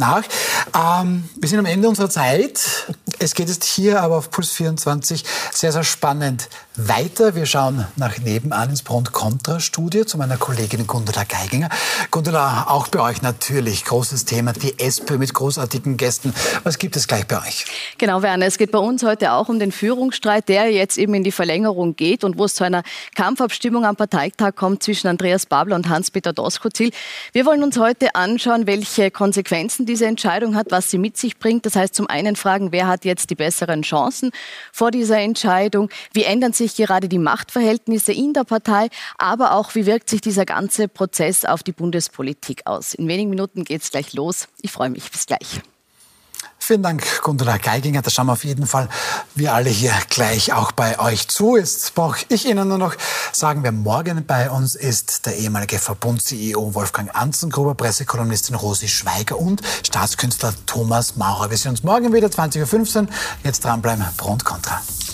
nach. Ähm, wir sind am Ende unserer Zeit. Es geht jetzt hier aber auf Puls vierundzwanzig sehr, sehr spannend weiter. Wir schauen nach nebenan ins Pro-und-Contra-Studio zu meiner Kollegin Gundula Geiginger. Gundula, auch bei euch natürlich großes Thema, die SPÖ mit großartigen Gästen. Was gibt es gleich bei euch? Genau, Werner, es geht bei uns heute auch um den Führungsstreit, der jetzt eben in die Verlängerung geht und wo es zu einer Kampfabstimmung am Parteitag kommt zwischen Andreas Babler und Hans-Peter Doskozil. Wir wollen uns heute anschauen, welche Konsequenzen diese Entscheidung hat, was sie mit sich bringt. Das heißt, zum einen fragen, wer hat jetzt die besseren Chancen vor dieser Entscheidung? Wie ändern sich gerade die Machtverhältnisse in der Partei? Aber auch, wie wirkt sich dieser ganze Prozess auf die Bundespolitik aus? In wenigen Minuten geht es gleich los. Ich freue mich. Bis gleich. Vielen Dank, Gundula Geiginger. Da schauen wir auf jeden Fall, wir alle hier gleich auch bei euch zu. Jetzt brauche ich Ihnen nur noch sagen, wer morgen bei uns ist, der ehemalige Verbund-C E O Wolfgang Anzengruber, Pressekolumnistin Rosi Schweiger und Staatskünstler Thomas Maurer. Wir sehen uns morgen wieder, zwanzig Uhr fünfzehn. Jetzt dranbleiben, Pro und Contra.